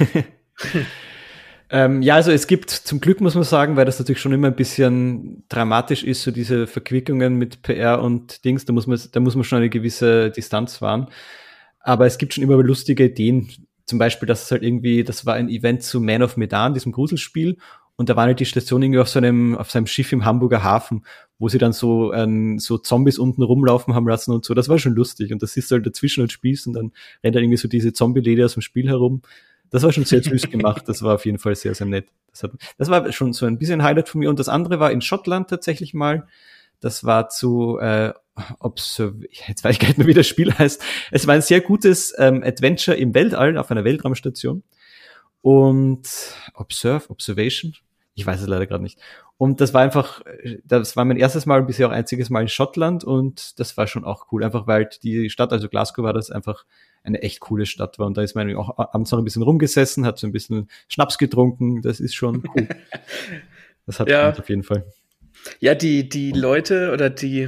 Ja, also es gibt zum Glück, muss man sagen, weil das natürlich schon immer ein bisschen dramatisch ist, so diese Verquickungen mit PR und Dings, da muss man schon eine gewisse Distanz wahren. Aber es gibt schon immer lustige Ideen. Zum Beispiel, dass es halt irgendwie, das war ein Event zu Man of Medan, diesem Gruselspiel, und da war halt die Station irgendwie auf seinem Schiff im Hamburger Hafen, wo sie dann so Zombies unten rumlaufen haben lassen und so. Das war schon lustig. Und das siehst du halt dazwischen und spielst und dann rennt halt irgendwie so diese Zombie-Lady aus dem Spiel herum. Das war schon sehr süß gemacht. Das war auf jeden Fall sehr, sehr nett. Das war schon so ein bisschen ein Highlight von mir. Und das andere war in Schottland tatsächlich mal. Das war zu jetzt weiß ich gar nicht mehr, wie das Spiel heißt. Es war ein sehr gutes Adventure im Weltall auf einer Weltraumstation. Und Observation? Ich weiß es leider gerade nicht. Und das war mein erstes Mal und bisher auch einziges Mal in Schottland und das war schon auch cool, einfach weil die Stadt, also Glasgow war das einfach eine echt coole Stadt war und da ist man auch abends noch ein bisschen rumgesessen, hat so ein bisschen Schnaps getrunken, das ist schon cool. Das hat Spaß auf jeden Fall. Ja, die Leute oder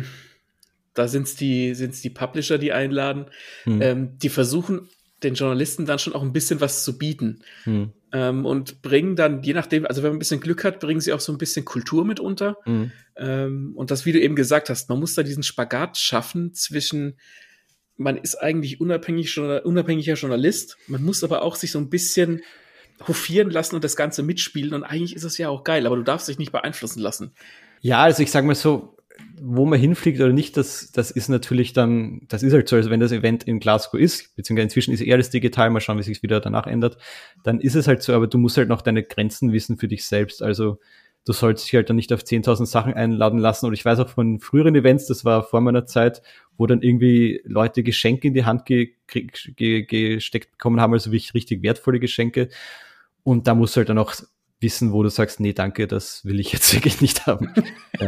da sind's die Publisher, die einladen, die versuchen den Journalisten dann schon auch ein bisschen was zu bieten. Und bringen dann, je nachdem, also wenn man ein bisschen Glück hat, bringen sie auch so ein bisschen Kultur mit unter. Und das, wie du eben gesagt hast, man muss da diesen Spagat schaffen zwischen, man ist eigentlich unabhängiger Journalist, man muss aber auch sich so ein bisschen hofieren lassen und das Ganze mitspielen und eigentlich ist es ja auch geil, aber du darfst dich nicht beeinflussen lassen. Ja, also ich sag mal so, wo man hinfliegt oder nicht, das ist natürlich dann, das ist halt so, also wenn das Event in Glasgow ist, beziehungsweise inzwischen ist eher alles digital, mal schauen, wie sich wieder danach ändert, dann ist es halt so, aber du musst halt noch deine Grenzen wissen für dich selbst, also du sollst dich halt dann nicht auf 10.000 Sachen einladen lassen, oder ich weiß auch von früheren Events, das war vor meiner Zeit, wo dann irgendwie Leute Geschenke in die Hand gesteckt bekommen haben, also wirklich richtig wertvolle Geschenke, und da musst du halt dann auch wissen, wo du sagst, nee, danke, das will ich jetzt wirklich nicht haben. Ja.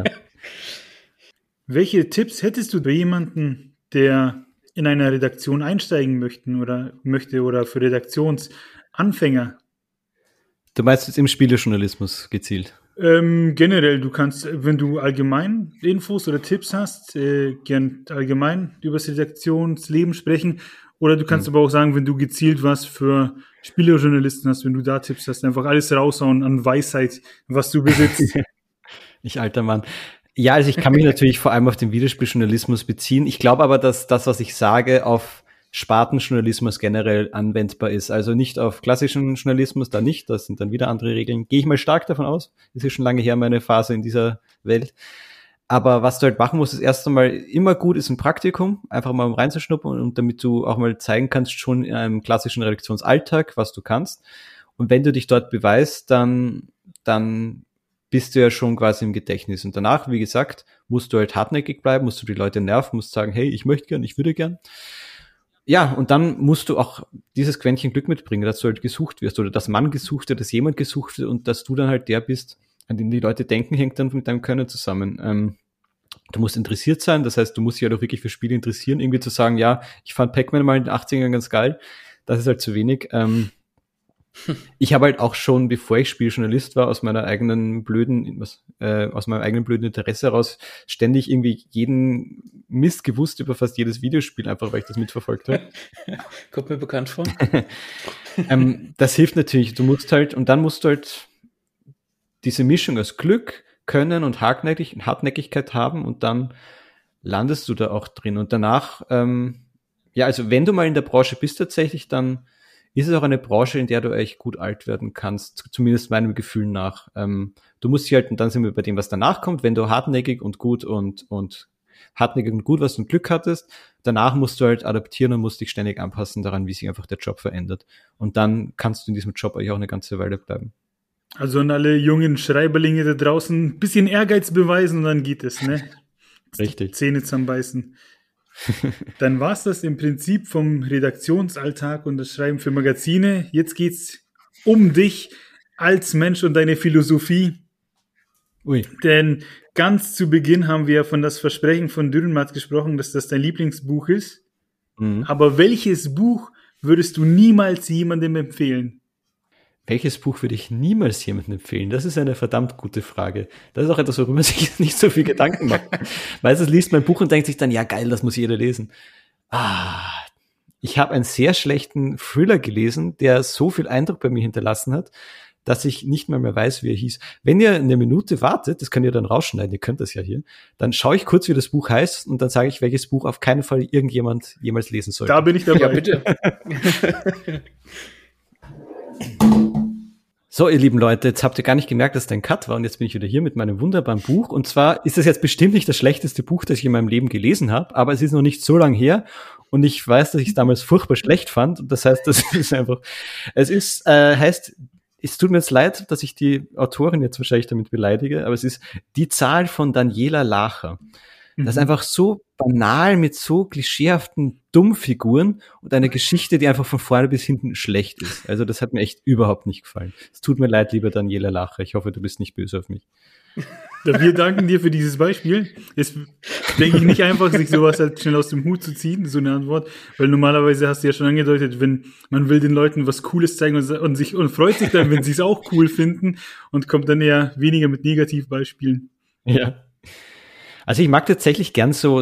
Welche Tipps hättest du bei jemandem, der in einer Redaktion einsteigen möchte oder für Redaktionsanfänger? Du meinst jetzt im Spielejournalismus gezielt? Generell, du kannst, wenn du allgemein Infos oder Tipps hast, gern allgemein über das Redaktionsleben sprechen. Oder du kannst aber auch sagen, wenn du gezielt was für Spielejournalisten hast, wenn du da Tipps hast, einfach alles raushauen an Weisheit, was du besitzt. Ich alter Mann. Ja, also ich kann mich natürlich vor allem auf den Videospieljournalismus beziehen. Ich glaube aber, dass das, was ich sage, auf Spartenjournalismus generell anwendbar ist. Also nicht auf klassischen Journalismus, da nicht. Das sind dann wieder andere Regeln. Gehe ich mal stark davon aus. Das ist schon lange her, meine Phase in dieser Welt. Aber was du halt machen musst, ist erst einmal immer gut, ist ein Praktikum. Einfach mal um reinzuschnuppern und damit du auch mal zeigen kannst, schon in einem klassischen Redaktionsalltag, was du kannst. Und wenn du dich dort beweist, dann bist du ja schon quasi im Gedächtnis. Und danach, wie gesagt, musst du halt hartnäckig bleiben, musst du die Leute nerven, musst sagen, hey, ich möchte gern, ich würde gern. Ja, und dann musst du auch dieses Quäntchen Glück mitbringen, dass du halt gesucht wirst oder dass man gesucht wird, dass jemand gesucht wird und dass du dann halt der bist, an den die Leute denken, hängt dann mit deinem Können zusammen. Du musst interessiert sein, das heißt, du musst dich halt auch wirklich für Spiele interessieren, irgendwie zu sagen, ja, ich fand Pac-Man mal in den 80ern ganz geil, das ist halt zu wenig. Ich habe halt auch schon, bevor ich Spieljournalist war, aus meinem eigenen blöden Interesse heraus ständig irgendwie jeden Mist gewusst über fast jedes Videospiel, einfach weil ich das mitverfolgt habe. Kommt mir bekannt vor. Das hilft natürlich. Dann musst du halt diese Mischung aus Glück, Können und Hartnäckigkeit haben und dann landest du da auch drin. Und danach, also wenn du mal in der Branche bist tatsächlich, dann ist es auch eine Branche, in der du echt gut alt werden kannst, zumindest meinem Gefühl nach. Du musst dich halt, und dann sind wir bei dem, was danach kommt, wenn du hartnäckig und gut warst und Glück hattest, danach musst du halt adaptieren und musst dich ständig anpassen daran, wie sich einfach der Job verändert. Und dann kannst du in diesem Job eigentlich auch eine ganze Weile bleiben. Also an alle jungen Schreiberlinge da draußen, ein bisschen Ehrgeiz beweisen und dann geht es, ne? Richtig. Zähne zusammenbeißen. Dann war's das im Prinzip vom Redaktionsalltag und das Schreiben für Magazine. Jetzt geht's um dich als Mensch und deine Philosophie. Ui. Denn ganz zu Beginn haben wir von das Versprechen von Dürrenmatt gesprochen, dass das dein Lieblingsbuch ist. Mhm. Aber welches Buch würdest du niemals jemandem empfehlen? Welches Buch würde ich niemals jemandem empfehlen? Das ist eine verdammt gute Frage. Das ist auch etwas, worüber man sich nicht so viel Gedanken macht. Meistens liest man ein Buch und denkt sich dann, ja geil, das muss jeder lesen. Ich habe einen sehr schlechten Thriller gelesen, der so viel Eindruck bei mir hinterlassen hat, dass ich nicht mal mehr weiß, wie er hieß. Wenn ihr eine Minute wartet, das könnt ihr dann rausschneiden, ihr könnt das ja hier, dann schaue ich kurz, wie das Buch heißt und dann sage ich, welches Buch auf keinen Fall irgendjemand jemals lesen sollte. Da bin ich dabei. Ja, bitte. So, ihr lieben Leute, jetzt habt ihr gar nicht gemerkt, dass es ein Cut war und jetzt bin ich wieder hier mit meinem wunderbaren Buch. Und zwar ist das jetzt bestimmt nicht das schlechteste Buch, das ich in meinem Leben gelesen habe, aber es ist noch nicht so lang her und ich weiß, dass ich es damals furchtbar schlecht fand. Und das heißt, das ist einfach, es tut mir jetzt leid, dass ich die Autorin jetzt wahrscheinlich damit beleidige, aber es ist Die Zahl von Daniela Lacher. Das ist einfach so banal mit so klischeehaften Dummfiguren und eine Geschichte, die einfach von vorne bis hinten schlecht ist. Also das hat mir echt überhaupt nicht gefallen. Es tut mir leid, lieber Daniela Lacher. Ich hoffe, du bist nicht böse auf mich. Ja, wir danken dir für dieses Beispiel. Ist, denke ich, nicht einfach, sich sowas halt schnell aus dem Hut zu ziehen, so eine Antwort, weil normalerweise hast du ja schon angedeutet, wenn man will den Leuten was Cooles zeigen und freut sich dann, wenn sie es auch cool finden und kommt dann eher weniger mit Negativbeispielen. Ja. Also ich mag tatsächlich gern so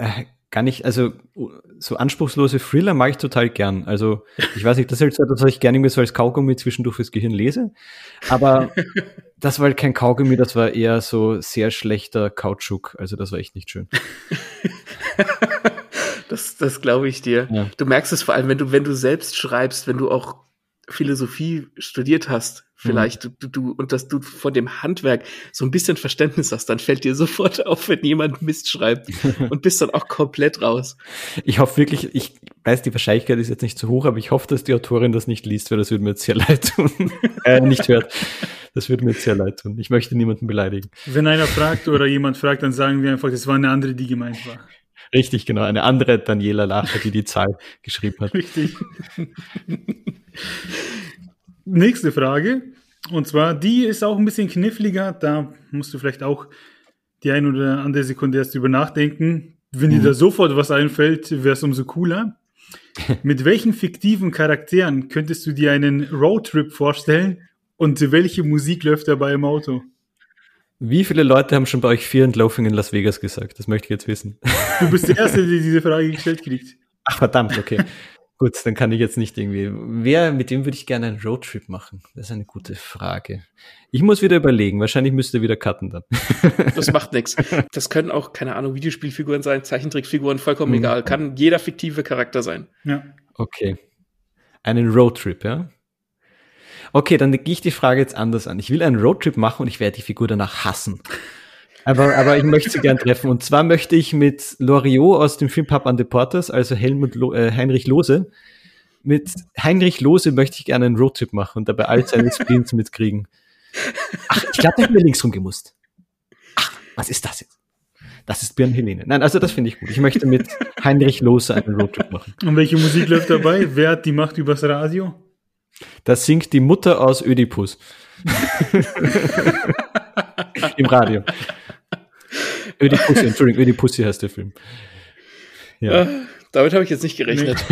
anspruchslose Thriller mag ich total gern. Also ich weiß nicht, das ist halt so etwas, was ich gerne irgendwie so als Kaugummi zwischendurch fürs Gehirn lese. Aber das war halt kein Kaugummi, das war eher so sehr schlechter Kautschuk. Also das war echt nicht schön. Das glaube ich dir. Ja. Du merkst es vor allem, wenn du selbst schreibst, wenn du auch Philosophie studiert hast, vielleicht und dass du von dem Handwerk so ein bisschen Verständnis hast, dann fällt dir sofort auf, wenn jemand Mist schreibt und bist dann auch komplett raus. Ich hoffe wirklich, ich weiß, die Wahrscheinlichkeit ist jetzt nicht so hoch, aber ich hoffe, dass die Autorin das nicht liest, weil das würde mir jetzt sehr leid tun. Nicht hört. Das würde mir jetzt sehr leid tun. Ich möchte niemanden beleidigen. Wenn einer fragt oder jemand fragt, dann sagen wir einfach, das war eine andere, die gemeint war. Richtig, genau. Eine andere Daniela Lacher, die Zahl geschrieben hat. Richtig. Nächste Frage. Und zwar, die ist auch ein bisschen kniffliger. Da musst du vielleicht auch die ein oder andere Sekunde erst drüber nachdenken. Wenn dir da sofort was einfällt, wäre es umso cooler. Mit welchen fiktiven Charakteren könntest du dir einen Roadtrip vorstellen und welche Musik läuft dabei im Auto? Wie viele Leute haben schon bei euch Fear and Loathing in Las Vegas gesagt? Das möchte ich jetzt wissen. Du bist der Erste, der diese Frage gestellt kriegt. Ach, verdammt, okay. Gut, dann kann ich jetzt nicht irgendwie. Mit dem würde ich gerne einen Roadtrip machen? Das ist eine gute Frage. Ich muss wieder überlegen. Wahrscheinlich müsste er wieder cutten dann. Das macht nichts. Das können auch, keine Ahnung, Videospielfiguren sein, Zeichentrickfiguren, vollkommen egal. Kann jeder fiktive Charakter sein. Ja. Okay. Einen Roadtrip, ja? Okay, dann gehe ich die Frage jetzt anders an. Ich will einen Roadtrip machen und ich werde die Figur danach hassen. Aber ich möchte sie gern treffen. Und zwar möchte ich mit Loriot aus dem Film Pub and the Porters, also Heinrich Lohse, mit Heinrich Lohse möchte ich gerne einen Roadtrip machen und dabei all seine Spleens mitkriegen. Ach, ich glaube, der hat mir links rumgemusst. Ach, was ist das jetzt? Das ist Birn Helene. Nein, also das finde ich gut. Ich möchte mit Heinrich Lohse einen Roadtrip machen. Und welche Musik läuft dabei? Wer hat die Macht übers Radio? Das singt die Mutter aus Ödipus. Im Radio. Ödipussi heißt der Film. Ja. Damit habe ich jetzt nicht gerechnet.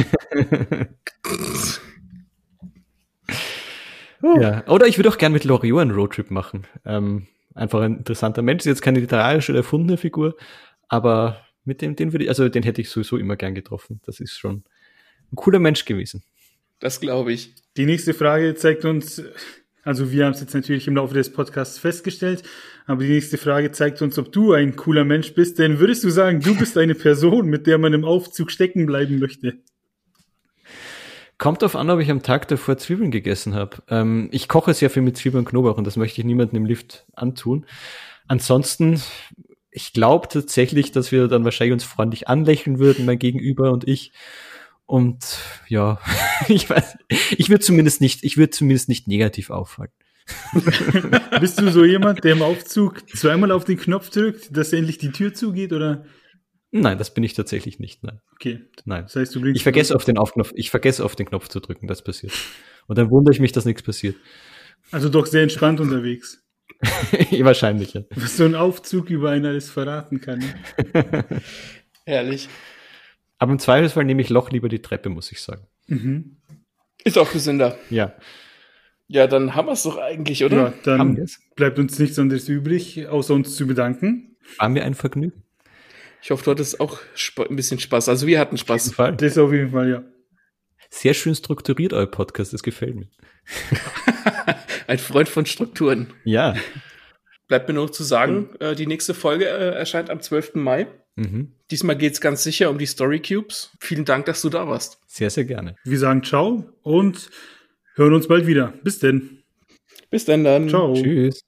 Nee. Ja. Oder ich würde auch gerne mit Loriot einen Roadtrip machen. Einfach ein interessanter Mensch. Ist jetzt keine literarische oder erfundene Figur, aber mit den hätte ich sowieso immer gern getroffen. Das ist schon ein cooler Mensch gewesen. Das glaube ich. Die nächste Frage zeigt uns, Also wir haben es jetzt natürlich im Laufe des Podcasts festgestellt, aber die nächste Frage zeigt uns, ob du ein cooler Mensch bist. Denn würdest du sagen, du bist eine Person, mit der man im Aufzug stecken bleiben möchte? Kommt darauf an, ob ich am Tag davor Zwiebeln gegessen habe. Ich koche sehr viel mit Zwiebeln und Knoblauch und das möchte ich niemandem im Lift antun. Ansonsten, ich glaube tatsächlich, dass wir dann wahrscheinlich uns freundlich anlächeln würden, mein Gegenüber und ich. Und ja, ich würde zumindest nicht negativ auffallen. Bist du so jemand, der im Aufzug zweimal auf den Knopf drückt, dass endlich die Tür zugeht, oder? Nein, das bin ich tatsächlich nicht, nein. Okay. Nein. Das heißt, ich vergesse auf den Knopf zu drücken, das passiert. Und dann wundere ich mich, dass nichts passiert. Also doch sehr entspannt unterwegs. Wahrscheinlich, ja. Was so ein Aufzug über einen alles verraten kann. Ne? Herrlich. Aber im Zweifelsfall nehme ich Loch lieber die Treppe, muss ich sagen. Mhm. Ist auch gesünder. Ja. Ja, dann haben wir es doch eigentlich, oder? Ja, dann bleibt uns nichts anderes übrig, außer uns zu bedanken. War mir ein Vergnügen. Ich hoffe, du hattest auch ein bisschen Spaß. Also wir hatten Spaß. Auf jeden Fall. Das auf jeden Fall, ja. Sehr schön strukturiert, euer Podcast, das gefällt mir. Ein Freund von Strukturen. Ja. Bleibt mir nur noch zu sagen, die nächste Folge erscheint am 12. Mai. Mhm. Diesmal geht es ganz sicher um die Story Cubes. Vielen Dank, dass du da warst. Sehr, sehr gerne. Wir sagen ciao und hören uns bald wieder. Bis denn. Bis dann. Ciao. Tschüss.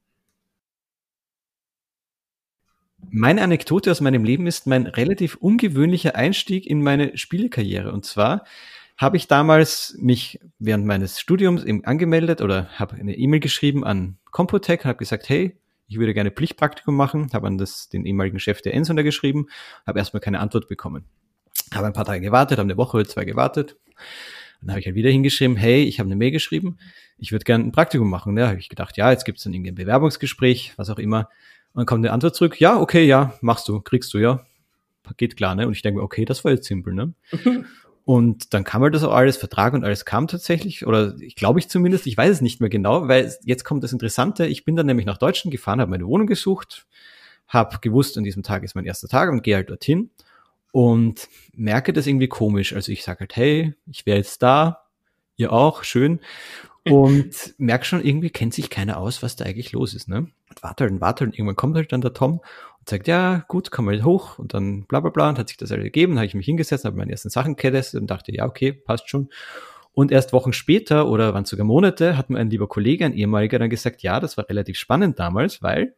Meine Anekdote aus meinem Leben ist mein relativ ungewöhnlicher Einstieg in meine Spielekarriere. Und zwar habe ich damals mich während meines Studiums eben angemeldet oder habe eine E-Mail geschrieben an Computec und habe gesagt, hey, ich würde gerne Pflichtpraktikum machen, habe an den ehemaligen Chef der Ensonder geschrieben, habe erstmal keine Antwort bekommen. Habe ein paar Tage gewartet, habe eine Woche oder 2 gewartet. Dann habe ich halt wieder hingeschrieben, hey, ich habe eine Mail geschrieben, ich würde gerne ein Praktikum machen. Da habe ich gedacht, ja, jetzt gibt es dann irgendwie ein Bewerbungsgespräch, was auch immer. Und dann kommt eine Antwort zurück, ja, okay, ja, machst du, kriegst du, ja. Geht klar, ne? Und ich denke mir, okay, das war jetzt simpel, ne? Und dann kam halt das auch alles, Vertrag und alles kam tatsächlich, oder ich glaube ich zumindest, ich weiß es nicht mehr genau, weil jetzt kommt das Interessante, ich bin dann nämlich nach Deutschland gefahren, habe meine Wohnung gesucht, habe gewusst, an diesem Tag ist mein erster Tag und gehe halt dorthin und merke das irgendwie komisch. Also ich sage halt, hey, ich wäre jetzt da, ihr auch, schön. Und merke schon, irgendwie kennt sich keiner aus, was da eigentlich los ist, ne? Und warte und irgendwann kommt halt dann der Tom und sagt, ja, gut, komm mal hoch und dann bla bla bla und hat sich das halt gegeben, habe ich mich hingesetzt, habe meine ersten Sachen getestet und dachte, ja, okay, passt schon. Und erst Wochen später oder waren sogar Monate, hat mir ein lieber Kollege, ein ehemaliger, dann gesagt, ja, das war relativ spannend damals, weil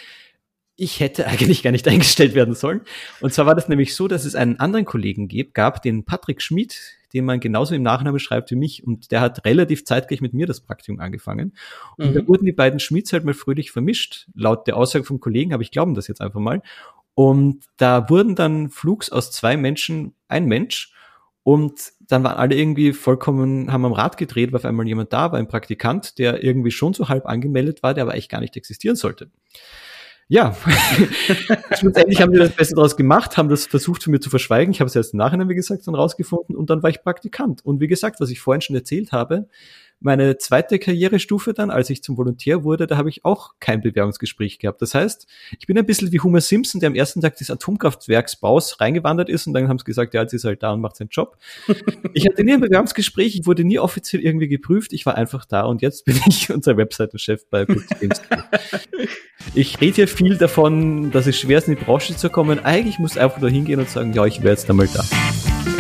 ich hätte eigentlich gar nicht eingestellt werden sollen. Und zwar war das nämlich so, dass es einen anderen Kollegen gab, den Patrick Schmid, den man genauso im Nachnamen schreibt wie mich, und der hat relativ zeitgleich mit mir das Praktikum angefangen. Und da wurden die beiden Schmids halt mal fröhlich vermischt, laut der Aussage vom Kollegen, aber ich glaube das jetzt einfach mal. Und da wurden dann flugs aus 2 Menschen ein Mensch, und dann waren alle irgendwie vollkommen, haben am Rad gedreht, weil auf einmal jemand da war, ein Praktikant, der irgendwie schon so halb angemeldet war, der aber eigentlich gar nicht existieren sollte. Ja, schlussendlich haben wir das Beste daraus gemacht, haben das versucht für mir zu verschweigen. Ich habe es erst im Nachhinein, wie gesagt, dann rausgefunden und dann war ich Praktikant. Und wie gesagt, was ich vorhin schon erzählt habe, meine zweite Karrierestufe dann, als ich zum Volontär wurde, da habe ich auch kein Bewerbungsgespräch gehabt. Das heißt, ich bin ein bisschen wie Homer Simpson, der am ersten Tag des Atomkraftwerksbaus reingewandert ist und dann haben sie gesagt, ja, jetzt ist er halt da und macht seinen Job. Ich hatte nie ein Bewerbungsgespräch, ich wurde nie offiziell irgendwie geprüft, ich war einfach da und jetzt bin ich unser Webseitenchef bei Games. Ich rede hier viel davon, dass es schwer ist, in die Branche zu kommen. Eigentlich muss ich einfach nur hingehen und sagen, ja, ich wäre jetzt einmal da.